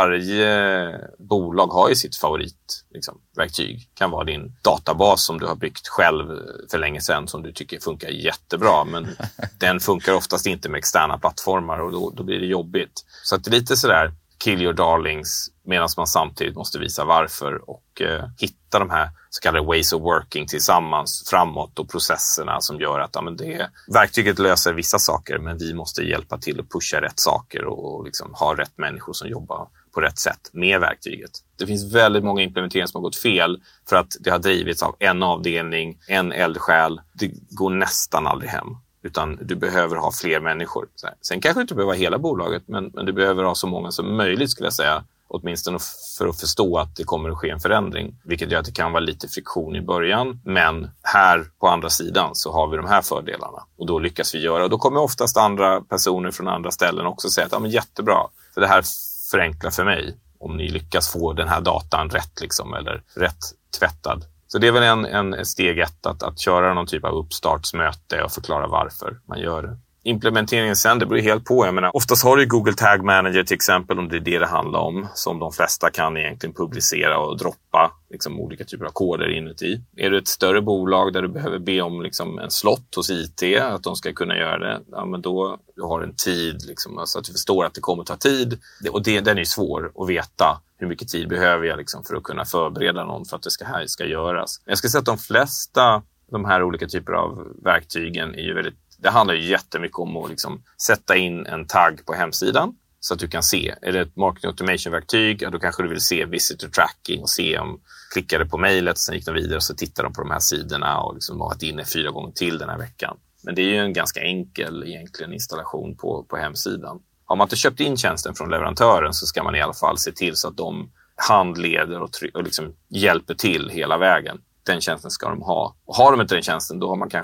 Varje bolag har ju sitt favoritverktyg. Kan vara din databas som du har byggt själv för länge sedan. Som du tycker funkar jättebra. Men den funkar oftast inte med externa plattformar. Och då blir det jobbigt. Så att det är lite sådär kill your darlings. Medan man samtidigt måste visa varför. Och hitta de här så kallade ways of working tillsammans framåt. Och processerna som gör att verktyget löser vissa saker. Men vi måste hjälpa till att pusha rätt saker. Och liksom ha rätt människor som jobbar på rätt sätt med verktyget. Det finns väldigt många implementeringar som har gått fel för att det har drivits av en avdelning, en eldsjäl. Det går nästan aldrig hem. Utan du behöver ha fler människor. Sen kanske du inte behöver hela bolaget, men du behöver ha så många som möjligt skulle jag säga. Åtminstone för att förstå att det kommer att ske en förändring. Vilket gör att det kan vara lite friktion i början. Men här på andra sidan så har vi de här fördelarna. Och då lyckas vi göra. Och då kommer oftast andra personer från andra ställen också säga att jättebra. För det här förenklar för mig. Om ni lyckas få den här datan rätt liksom, eller rätt tvättad. Så det är väl en steg ett att köra någon typ av uppstartsmöte och förklara varför man gör det. Implementeringen sen, det beror helt på. Jag menar, oftast har du Google Tag Manager till exempel, om det är det handlar om. Som de flesta kan egentligen publicera och droppa liksom, olika typer av koder inuti. Är du ett större bolag där du behöver be om liksom, en slott hos IT, att de ska kunna göra det, men då du har en tid liksom, så att du förstår att det kommer att ta tid. Och den är svår att veta. Hur mycket tid behöver jag liksom, för att kunna förbereda någon för att det här ska göras. Jag ska säga att de flesta de här olika typer av verktygen är ju det handlar ju jättemycket om att liksom sätta in en tagg på hemsidan så att du kan se. Är det ett marketing automation-verktyg, då kanske du vill se visitor tracking och se om klickade på mejlet, sen gick de vidare och så tittar de på de här sidorna och liksom varit inne 4 gånger till den här veckan. Men det är ju en ganska enkel egentligen installation på hemsidan. har man inte köpt in tjänsten från leverantören så ska man i alla fall se till så att de handleder och liksom hjälper till hela vägen. Den tjänsten ska de ha. Och har de inte den tjänsten,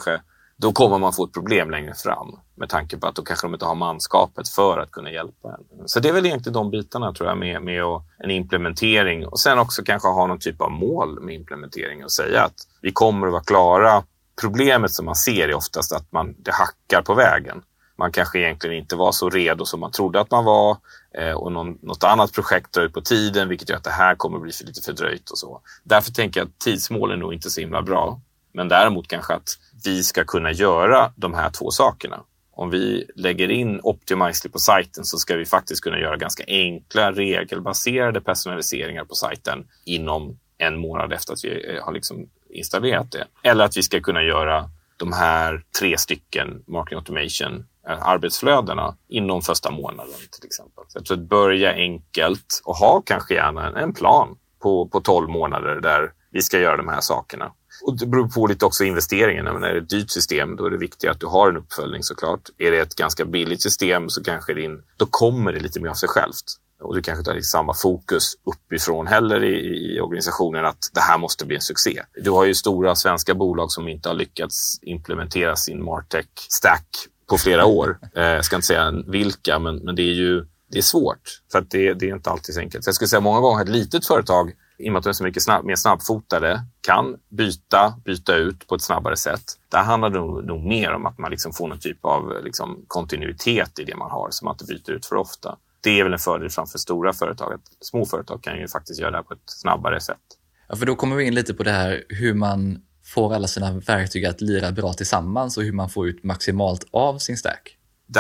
då kommer man få ett problem längre fram. Med tanke på att då kanske de inte har manskapet för att kunna hjälpa en. Så det är väl egentligen de bitarna tror jag med en implementering. Och sen också kanske ha någon typ av mål med implementering och säga att vi kommer att vara klara. Problemet som man ser är oftast att det hackar på vägen. Man kanske egentligen inte var så redo som man trodde att man var. Och något annat projekt drar ut på tiden, vilket gör att det här kommer att bli lite fördröjt och så. Därför tänker jag att tidsmål är nog inte så himla bra. Men däremot kanske att vi ska kunna göra de här två sakerna. Om vi lägger in Optimizely på sajten så ska vi faktiskt kunna göra ganska enkla, regelbaserade personaliseringar på sajten inom en månad efter att vi har liksom installerat det. Eller att vi ska kunna göra de här 3 stycken marketing automation arbetsflödena inom första månaden till exempel. Så att börja enkelt och ha kanske gärna en plan på 12 månader där vi ska göra de här sakerna. Och det beror på lite också investeringen. Men är det ett dyrt system då är det viktigt att du har en uppföljning såklart. Är det ett ganska billigt system så kanske då kommer det lite mer av sig självt. Och du kanske inte har samma fokus uppifrån heller i organisationen att det här måste bli en succé. Du har ju stora svenska bolag som inte har lyckats implementera sin MarTech-stack på flera år. Jag ska inte säga vilka, men det är svårt. För att det är inte alltid så enkelt. Så jag skulle säga många gånger ett litet företag, i och med att de är så mycket mer snabbfotade, kan byta ut på ett snabbare sätt. Där handlar det nog mer om att man liksom får någon typ av liksom kontinuitet i det man har, som man inte byter ut för ofta. Det är väl en fördel framför stora företag. Små företag kan ju faktiskt göra det här på ett snabbare sätt. Ja, för då kommer vi in lite på det här hur man får alla sina verktyg att lira bra tillsammans och hur man får ut maximalt av sin stack.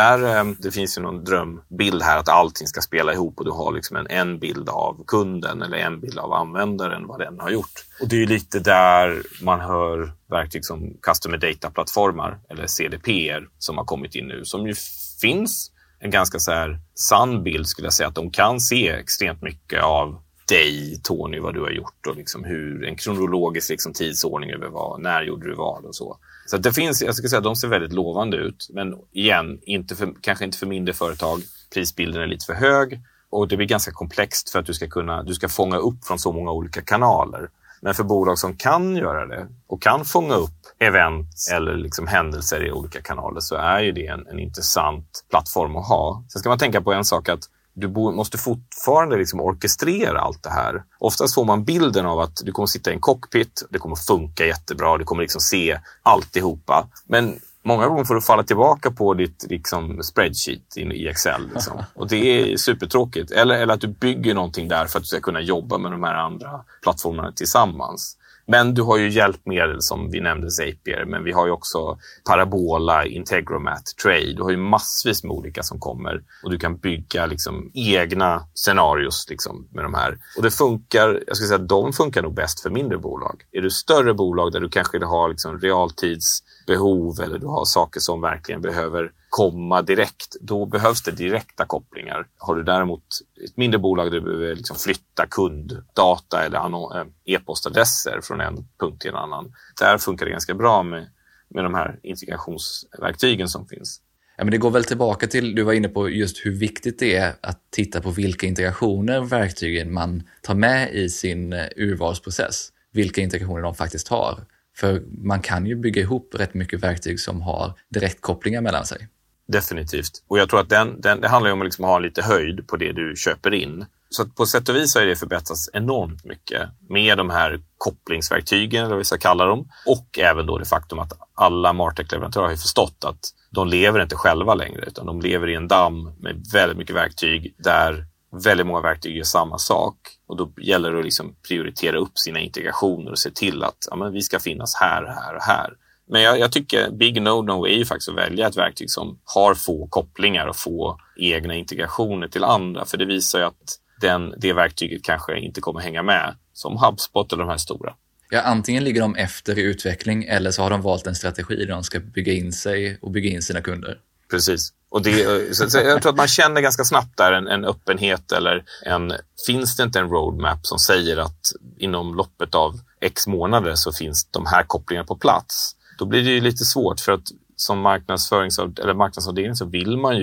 Det finns ju någon drömbild här att allting ska spela ihop och du har liksom en bild av kunden eller en bild av användaren, vad den har gjort. Och det är ju lite där man hör verktyg som Customer Data-plattformar eller CDP:er som har kommit in nu, som ju finns en ganska så här sann bild skulle jag säga, att de kan se extremt mycket av dig, Tony, vad du har gjort och liksom hur en kronologisk liksom tidsordning över när gjorde du vad och så. Så det finns, jag ska säga att de ser väldigt lovande ut, men igen, kanske inte för mindre företag. Prisbilden är lite för hög och det blir ganska komplext för att du ska fånga upp från så många olika kanaler. Men för bolag som kan göra det och kan fånga upp event eller liksom händelser i olika kanaler så är ju det en intressant plattform att ha. Sen ska man tänka på en sak, att du måste fortfarande liksom orkestrera allt det här. Oftast får man bilden av att du kommer sitta i en cockpit, det kommer funka jättebra, du kommer liksom se alltihopa. Men många gånger får du falla tillbaka på ditt liksom spreadsheet i Excel. Liksom. Och det är supertråkigt. Eller att du bygger någonting där för att du ska kunna jobba med de här andra plattformarna tillsammans. Men du har ju hjälpmedel som vi nämnde, Zapier, men vi har ju också Parabola, Integromat, Trade. Du har ju massvis med olika som kommer och du kan bygga liksom egna scenarios liksom med de här. Och det funkar, jag skulle säga att de funkar nog bäst för mindre bolag. Är du större bolag där du kanske har liksom realtidsbehov eller du har saker som verkligen behöver komma direkt, då behövs det direkta kopplingar. Har du däremot ett mindre bolag där du behöver liksom flytta kunddata eller e-postadresser från en punkt till en annan, där funkar det ganska bra med de här integrationsverktygen som finns. Ja, men det går väl tillbaka till, du var inne på just hur viktigt det är att titta på vilka integrationer verktygen man tar med i sin urvalsprocess. Vilka integrationer de faktiskt har. För man kan ju bygga ihop rätt mycket verktyg som har direktkopplingar mellan sig. Definitivt. Och jag tror att det handlar om att liksom ha lite höjd på det du köper in. Så att på sätt och vis har det förbättrats enormt mycket med de här kopplingsverktygen, eller vad vi ska kalla dem. Och även då det faktum att alla MarTech-leverantörer har ju förstått att de lever inte själva längre, utan de lever i en damm med väldigt mycket verktyg där väldigt många verktyg gör samma sak. Och då gäller det att liksom prioritera upp sina integrationer och se till att vi ska finnas här, här och här. Men jag tycker big no är ju faktiskt att välja ett verktyg som har få kopplingar och få egna integrationer till andra. För det visar ju att det verktyget kanske inte kommer hänga med som HubSpot eller de här stora. Ja, antingen ligger de efter i utveckling eller så har de valt en strategi där de ska bygga in sig och bygga in sina kunder. Precis. Och så jag tror att man känner ganska snabbt där en öppenhet eller finns det inte en roadmap som säger att inom loppet av X månader så finns de här kopplingarna på plats. Då blir det ju lite svårt, för att som marknadsavdelning så vill man ju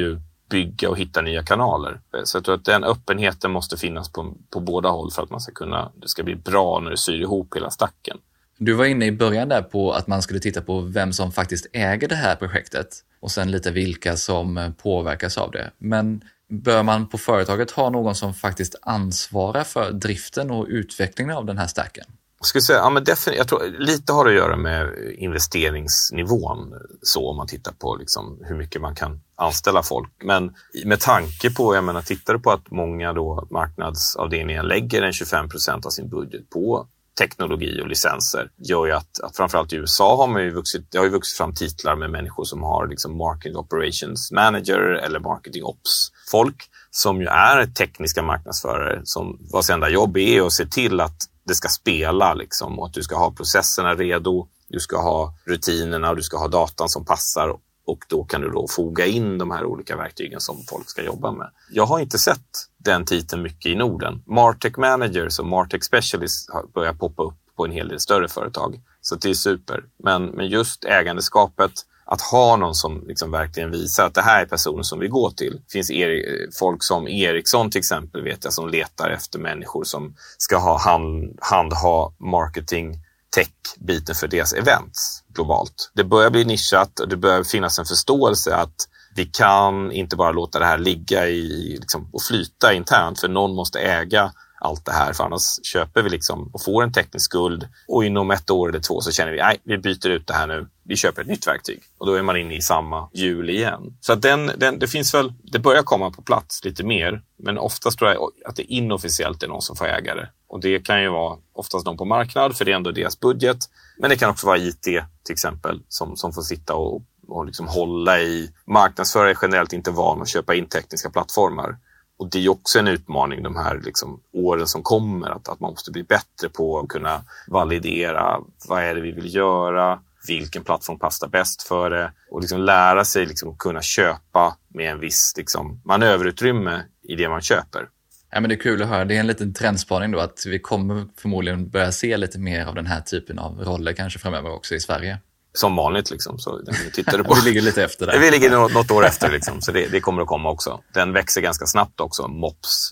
bygga och hitta nya kanaler. Så jag tror att den öppenheten måste finnas på båda håll för att det ska bli bra när det syr ihop hela stacken. Du var inne i början där på att man skulle titta på vem som faktiskt äger det här projektet och sen lite vilka som påverkas av det. Men bör man på företaget ha någon som faktiskt ansvarar för driften och utvecklingen av den här stacken? Jag skulle säga, jag tror lite har det att göra med investeringsnivån, så om man tittar på liksom hur mycket man kan anställa folk. Men med tanke på, tittar du på att många då marknadsavdelningar lägger 25% av sin budget på teknologi och licenser, gör ju att framförallt i USA har det har ju vuxit fram titlar med människor som har liksom marketing operations manager eller marketing ops folk som ju är tekniska marknadsförare som vars enda jobb är att se till att det ska spela liksom, och att du ska ha processerna redo, du ska ha rutinerna och du ska ha datan som passar, och då kan du då foga in de här olika verktygen som folk ska jobba med. Jag har inte sett den titeln mycket i Norden. Martech managers och Martech specialists börjar poppa upp på en hel del större företag. Så det är super. Men just ägandeskapet, att ha någon som liksom verkligen visar att det här är personen som vi går till. Det finns folk som Ericsson till exempel, vet jag, som letar efter människor som ska handha marketing tech-biten för deras events globalt. Det börjar bli nischat och det börjar finnas en förståelse att vi kan inte bara låta det här ligga och flyta internt, för någon måste äga allt det här, för annars köper vi och får en teknisk skuld och inom 1 år eller 2 så känner vi, nej, vi byter ut det här nu, vi köper ett nytt verktyg och då är man inne i samma hjul igen. Så att det finns väl, det börjar komma på plats lite mer, men oftast tror jag att det inofficiellt är någon som får ägare, och det kan ju vara oftast någon på marknad, för det är ändå deras budget, men det kan också vara IT till exempel som får sitta och hålla i. Marknadsförare är generellt inte van att köpa in tekniska plattformar. Och det är också en utmaning de här åren som kommer, att man måste bli bättre på att kunna validera vad är det vi vill göra, vilken plattform passar bäst för det, och lära sig kunna köpa med en viss manöverutrymme i det man köper. Ja, men det är kul att höra. Det är en liten trendspaning då, att vi kommer förmodligen börja se lite mer av den här typen av roller kanske framöver också i Sverige. Som vanligt så tittar du på. Vi ligger lite efter där. Vi ligger något år efter så det kommer att komma också. Den växer ganska snabbt också, MOPS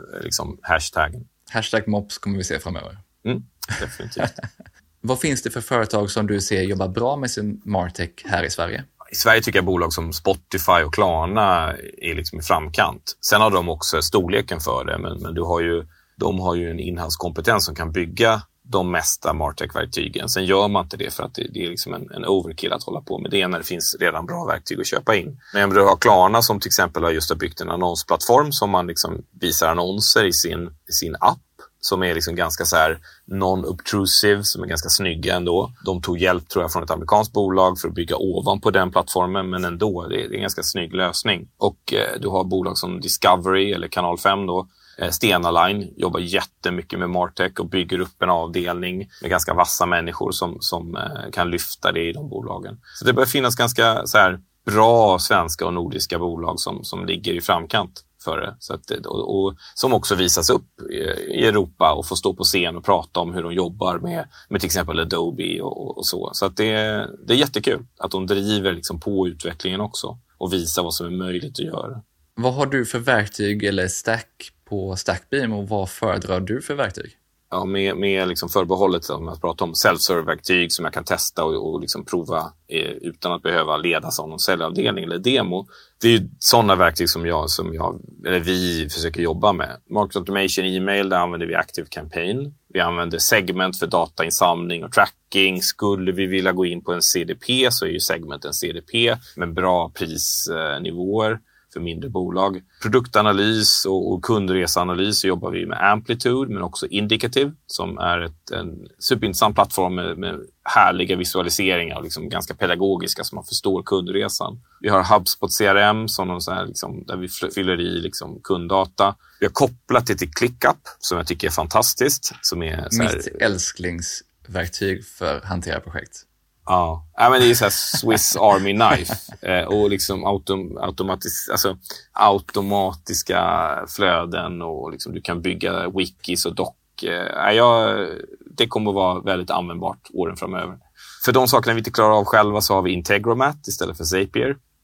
hashtaggen. Hashtag MOPS kommer vi se framöver. Definitivt. Vad finns det för företag som du ser jobbar bra med sin Martech här i Sverige? I Sverige tycker jag bolag som Spotify och Klarna är i framkant. Sen har de också storleken för det, men de har ju en inhouse-kompetens som kan bygga de mesta Martech-verktygen. Sen gör man inte det för att det är en overkill att hålla på med det när det finns redan bra verktyg att köpa in. Men du har Klarna som till exempel har byggt en annonsplattform som man visar annonser i sin app, som är ganska så här non-obtrusive, som är ganska snygga ändå. De tog hjälp, tror jag, från ett amerikanskt bolag för att bygga ovanpå den plattformen, men ändå, det är en ganska snygg lösning. Och du har bolag som Discovery eller Kanal 5 då. Stena Line jobbar jättemycket med Martech och bygger upp en avdelning med ganska vassa människor som kan lyfta det i de bolagen. Så det börjar finnas ganska så här bra svenska och nordiska bolag som ligger i framkant för det. Så att, och som också visas upp i Europa och får stå på scen och prata om hur de jobbar med till exempel Adobe och så. Så att det är jättekul att de driver på utvecklingen också och visar vad som är möjligt att göra. Vad har du för verktyg eller stack på Stackbeam, och vad föredrar du för verktyg? Ja, med förbehållet om att prata om self-serve-verktyg som jag kan testa och prova utan att behöva ledas av någon säljavdelning eller demo. Det är ju sådana verktyg som vi försöker jobba med. Market Automation e-mail, där använder vi Active Campaign. Vi använder Segment för datainsamling och tracking. Skulle vi vilja gå in på en CDP så är ju Segment en CDP med bra prisnivåer för mindre bolag. Produktanalys och kundresanalys så jobbar vi med Amplitude, men också Indicative som är en superintressant plattform med härliga visualiseringar och ganska pedagogiska så man förstår kundresan. Vi har HubSpot CRM som där vi fyller i kunddata. Vi har kopplat det till ClickUp som jag tycker är fantastiskt. Som är mitt älsklingsverktyg för att hantera projekt. Ja, men det är så här Swiss Army Knife och automatiska flöden och du kan bygga wikis och dock. Det kommer att vara väldigt användbart åren framöver. För de sakerna vi inte klarar av själva så har vi Integromat istället för Zapier.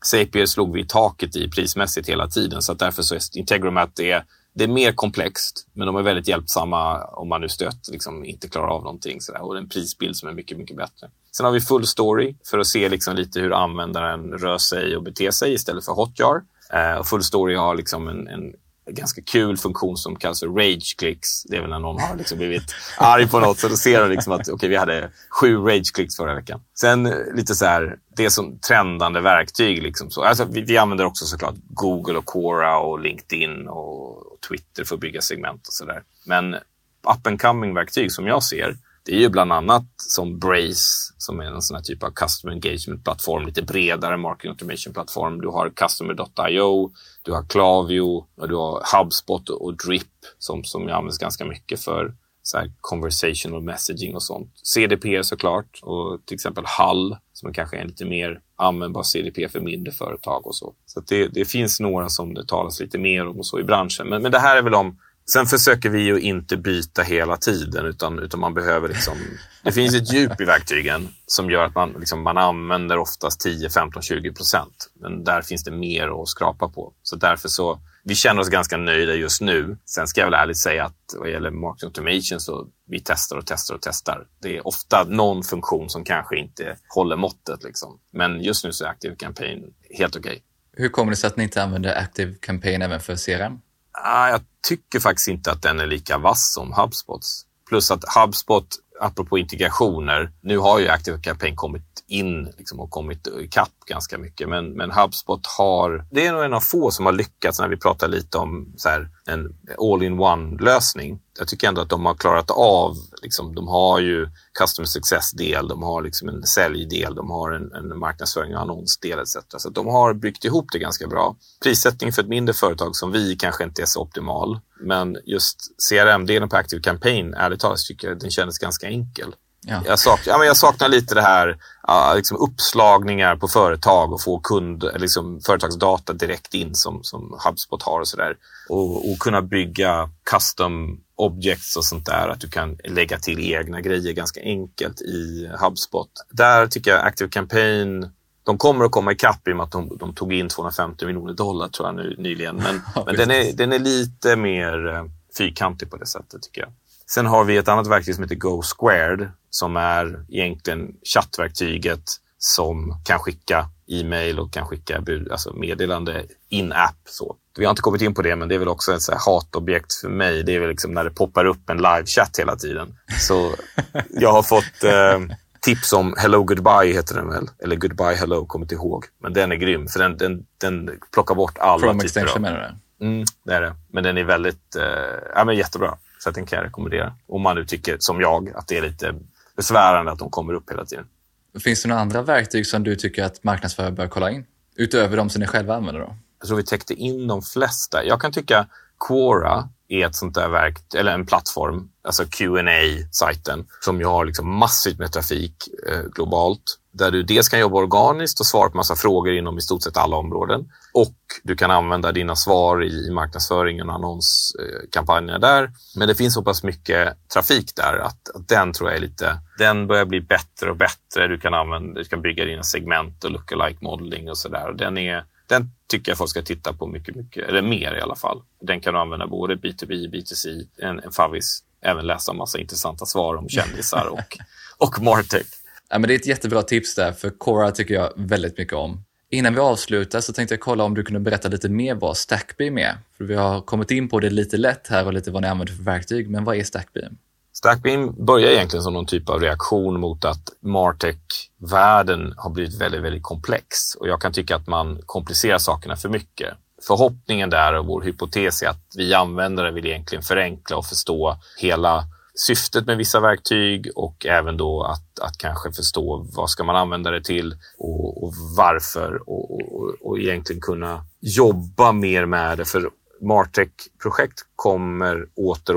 Zapier slog vi i taket i prismässigt hela tiden, så att därför så är Integromat det är mer komplext, men de är väldigt hjälpsamma om man nu liksom inte klarar av någonting sådär, och en prisbild som är mycket, mycket bättre. Sen har vi Full Story för att se liksom lite hur användaren rör sig och beter sig istället för Hotjar. Och Full Story har liksom en ganska kul funktion som kallas för rage clicks. Det är väl när någon har liksom blivit arg på något, så då ser de liksom att okej, vi hade 7 rage clicks förra veckan. Sen lite så här, det är som trendande verktyg liksom så. Alltså vi använder också såklart Google och Quora och LinkedIn och Twitter för att bygga segment och sådär. Men up and coming verktyg som jag ser, det är ju bland annat som Braze, som är en sån här typ av customer engagement-plattform, lite bredare marketing automation-plattform. Du har Customer.io, du har Klaviyo, och du har HubSpot och Drip som jag använder ganska mycket för så här conversational messaging och sånt. CDP såklart, och till exempel Hull som kanske är en lite mer användbar CDP för mindre företag och så. Så att det finns några som det talas lite mer om och så i branschen. Men det här är väl om. Sen försöker vi ju inte byta hela tiden, utan man behöver liksom. Det finns ett djup i verktygen som gör att man använder oftast 10, 15, 20%. Men där finns det mer att skrapa på. Så därför så, vi känner oss ganska nöjda just nu. Sen ska jag väl ärligt säga att vad gäller marketing automation så vi testar. Det är ofta någon funktion som kanske inte håller måttet liksom. Men just nu så är Active Campaign helt okej. Hur kommer det sig att ni inte använder Active Campaign även för CRM? Jag tycker faktiskt inte att den är lika vass som HubSpots. Plus att HubSpot, apropå integrationer, nu har ju Active Campaign kommit in liksom, och kommit ikapp ganska mycket. Men HubSpot det är nog en av få som har lyckats när vi pratar lite om så här, en all-in-one-lösning. Jag tycker ändå att de har klarat av, liksom, de har ju customer success-del, de har liksom en säljdel, de har en marknadsföring och annonsdel etc. Så de har byggt ihop det ganska bra. Prissättning för ett mindre företag som vi kanske inte är så optimal. Men just CRM-delen på Active Campaign, ärligt talat, tycker jag den kändes ganska enkel. Ja. Jag saknar lite det här liksom uppslagningar på företag och få liksom företagsdata direkt in som HubSpot har och sådär. Och kunna bygga custom objects och sånt där, att du kan lägga till egna grejer ganska enkelt i HubSpot. Där tycker jag Active Campaign, de kommer att komma ikapp i och med att de tog in $250 miljoner tror jag nyligen. Men den är lite mer fyrkantig på det sättet tycker jag. Sen har vi ett annat verktyg som heter Go Squared som är egentligen chattverktyget som kan skicka e-mail och kan skicka meddelande in-app. Så. Vi har inte kommit in på det, men det är väl också ett så här hatobjekt för mig. Det är väl liksom när det poppar upp en live-chatt hela tiden. Så jag har fått tips om Hello Goodbye heter den väl. Eller Goodbye Hello, kommer inte ihåg. Men den är grym, för den plockar bort alla Chrome typer extension av. Menar du? Det är det. Men den är väldigt jättebra. Så den kan jag rekommendera. Om man nu tycker, som jag, att det är lite besvärande att de kommer upp hela tiden. Finns det några andra verktyg som du tycker att marknadsförare bör kolla in? Utöver de som ni själva använder då? Jag tror vi täckte in de flesta. Jag kan tycka Quora är ett sånt där verktyg, eller en plattform, alltså Q&A-sajten, som ju har liksom massivt med trafik globalt. Där du dels kan jobba organiskt och svara på massa frågor inom i stort sett alla områden. Och du kan använda dina svar i marknadsföringen och annonskampanjer där. Men det finns så pass mycket trafik där att den tror jag är lite. Den börjar bli bättre och bättre. Du kan bygga dina segment och lookalike modeling och sådär. Den tycker jag folk ska titta på mycket, eller mer i alla fall. Den kan du använda både B2B, B2C, en favvis. Även läsa en massa intressanta svar om kändisar och Martech. Ja, men det är ett jättebra tips där, för Quora tycker jag väldigt mycket om. Innan vi avslutar så tänkte jag kolla om du kunde berätta lite mer vad Stackbeam är. För vi har kommit in på det lite lätt här och lite vad ni använder för verktyg. Men vad är Stackbeam? Stackbeam börjar egentligen som någon typ av reaktion mot att Martech-världen har blivit väldigt, väldigt komplex. Och jag kan tycka att man komplicerar sakerna för mycket. Förhoppningen där och vår hypotes är att vi användare vill egentligen förenkla och förstå hela syftet med vissa verktyg och även då att kanske förstå vad ska man använda det till och varför och egentligen kunna jobba mer med det. För Martech-projekt kommer åter.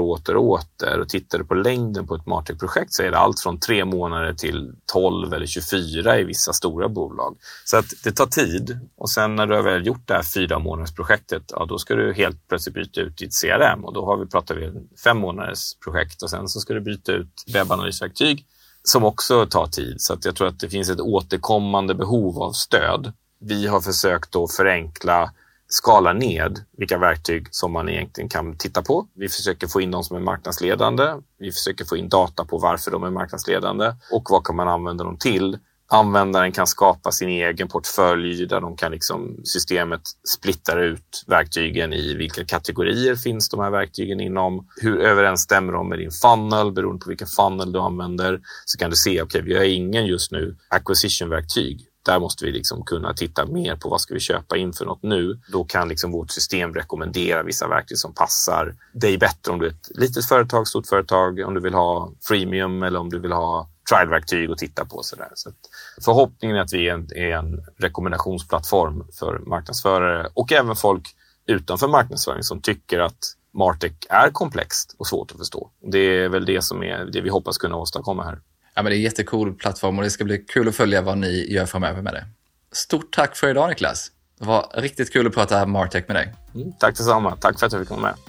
Och tittar du på längden på ett Martech-projekt så är det allt från 3 månader till 12 eller 24 i vissa stora bolag. Så att det tar tid. Och sen när du har väl gjort det här 4 månaders projektet, ja, då ska du helt plötsligt byta ut ditt CRM. Och då pratar vi 5 månaders projekt och sen så ska du byta ut webbanalysverktyg som också tar tid. Så att jag tror att det finns ett återkommande behov av stöd. Vi har försökt att förenkla, skala ned vilka verktyg som man egentligen kan titta på. Vi försöker få in de som är marknadsledande. Vi försöker få in data på varför de är marknadsledande och vad kan man använda dem till. Användaren kan skapa sin egen portfölj där de kan systemet splittar ut verktygen i vilka kategorier finns de här verktygen inom. Hur överensstämmer de med din funnel? Beroende på vilken funnel du använder så kan du se, okej, vi har ingen just nu acquisition-verktyg. Där måste vi kunna titta mer på vad ska vi köpa in för något nu. Då kan vårt system rekommendera vissa verktyg som passar dig bättre om du är ett litet företag, stort företag, om du vill ha freemium eller om du vill ha trial-verktyg att titta på. Så att förhoppningen är att vi är en rekommendationsplattform för marknadsförare och även folk utanför marknadsföring som tycker att MarTech är komplext och svårt att förstå. Det är väl det som är det vi hoppas kunna åstadkomma här. Ja, men det är en jättecool plattform och det ska bli kul att följa vad ni gör framöver med det. Stort tack för idag, Niklas. Det var riktigt kul att prata MarTech med dig. Tack detsamma. Tack för att jag fick komma med.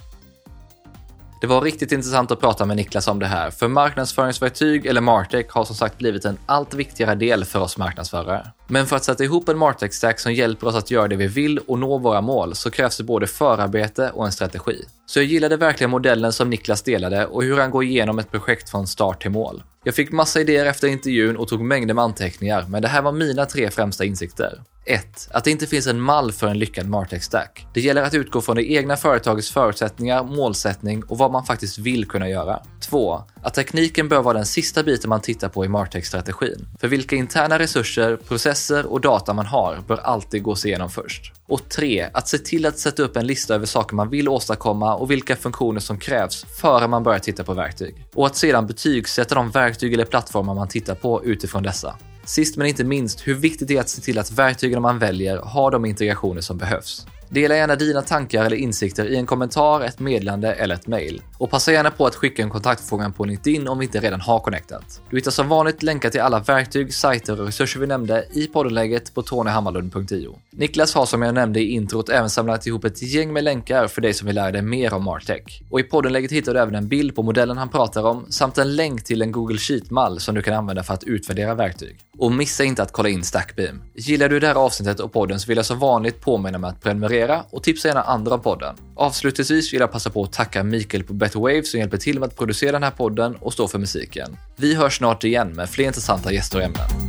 Det var riktigt intressant att prata med Niklas om det här, för marknadsföringsverktyg eller MarTech har som sagt blivit en allt viktigare del för oss marknadsförare. Men för att sätta ihop en MarTech-stack som hjälper oss att göra det vi vill och nå våra mål så krävs det både förarbete och en strategi. Så jag gillade verkligen modellen som Niklas delade och hur han går igenom ett projekt från start till mål. Jag fick massa idéer efter intervjun och tog mängder med anteckningar, men det här var mina 3 främsta insikter. 1. Att det inte finns en mall för en lyckad MarTech-stack. Det gäller att utgå från det egna företagets förutsättningar, målsättning och vad man faktiskt vill kunna göra. 2. Att tekniken bör vara den sista biten man tittar på i MarTech-strategin. För vilka interna resurser, processer och data man har bör alltid gås igenom först. Och 3. Att se till att sätta upp en lista över saker man vill åstadkomma och vilka funktioner som krävs före man börjar titta på verktyg. Och att sedan betygsätta de verktyg eller plattformar man tittar på utifrån dessa. Sist men inte minst hur viktigt det är att se till att verktygen man väljer har de integrationer som behövs. Dela gärna dina tankar eller insikter i en kommentar, ett meddelande eller ett mejl. Och passa gärna på att skicka en kontaktfråga på LinkedIn om vi inte redan har connectat. Du hittar som vanligt länkar till alla verktyg, sajter och resurser vi nämnde i poddenlägget på tonyhammarlund.io. Niklas har som jag nämnde i introt även samlat ihop ett gäng med länkar för dig som vill lära dig mer om MarTech. Och i poddenlägget hittar du även en bild på modellen han pratar om samt en länk till en Google Sheet-mall som du kan använda för att utvärdera verktyg. Och missa inte att kolla in Stackbeam. Gillar du det här avsnittet och podden så vill jag som vanligt påminna mig att prenumerera och tipsa gärna andra om podden. Avslutningsvis vill jag passa på att tacka Mikael på Better Wave som hjälper till med att producera den här podden och stå för musiken. Vi hörs snart igen med fler intressanta gäster och ämnen.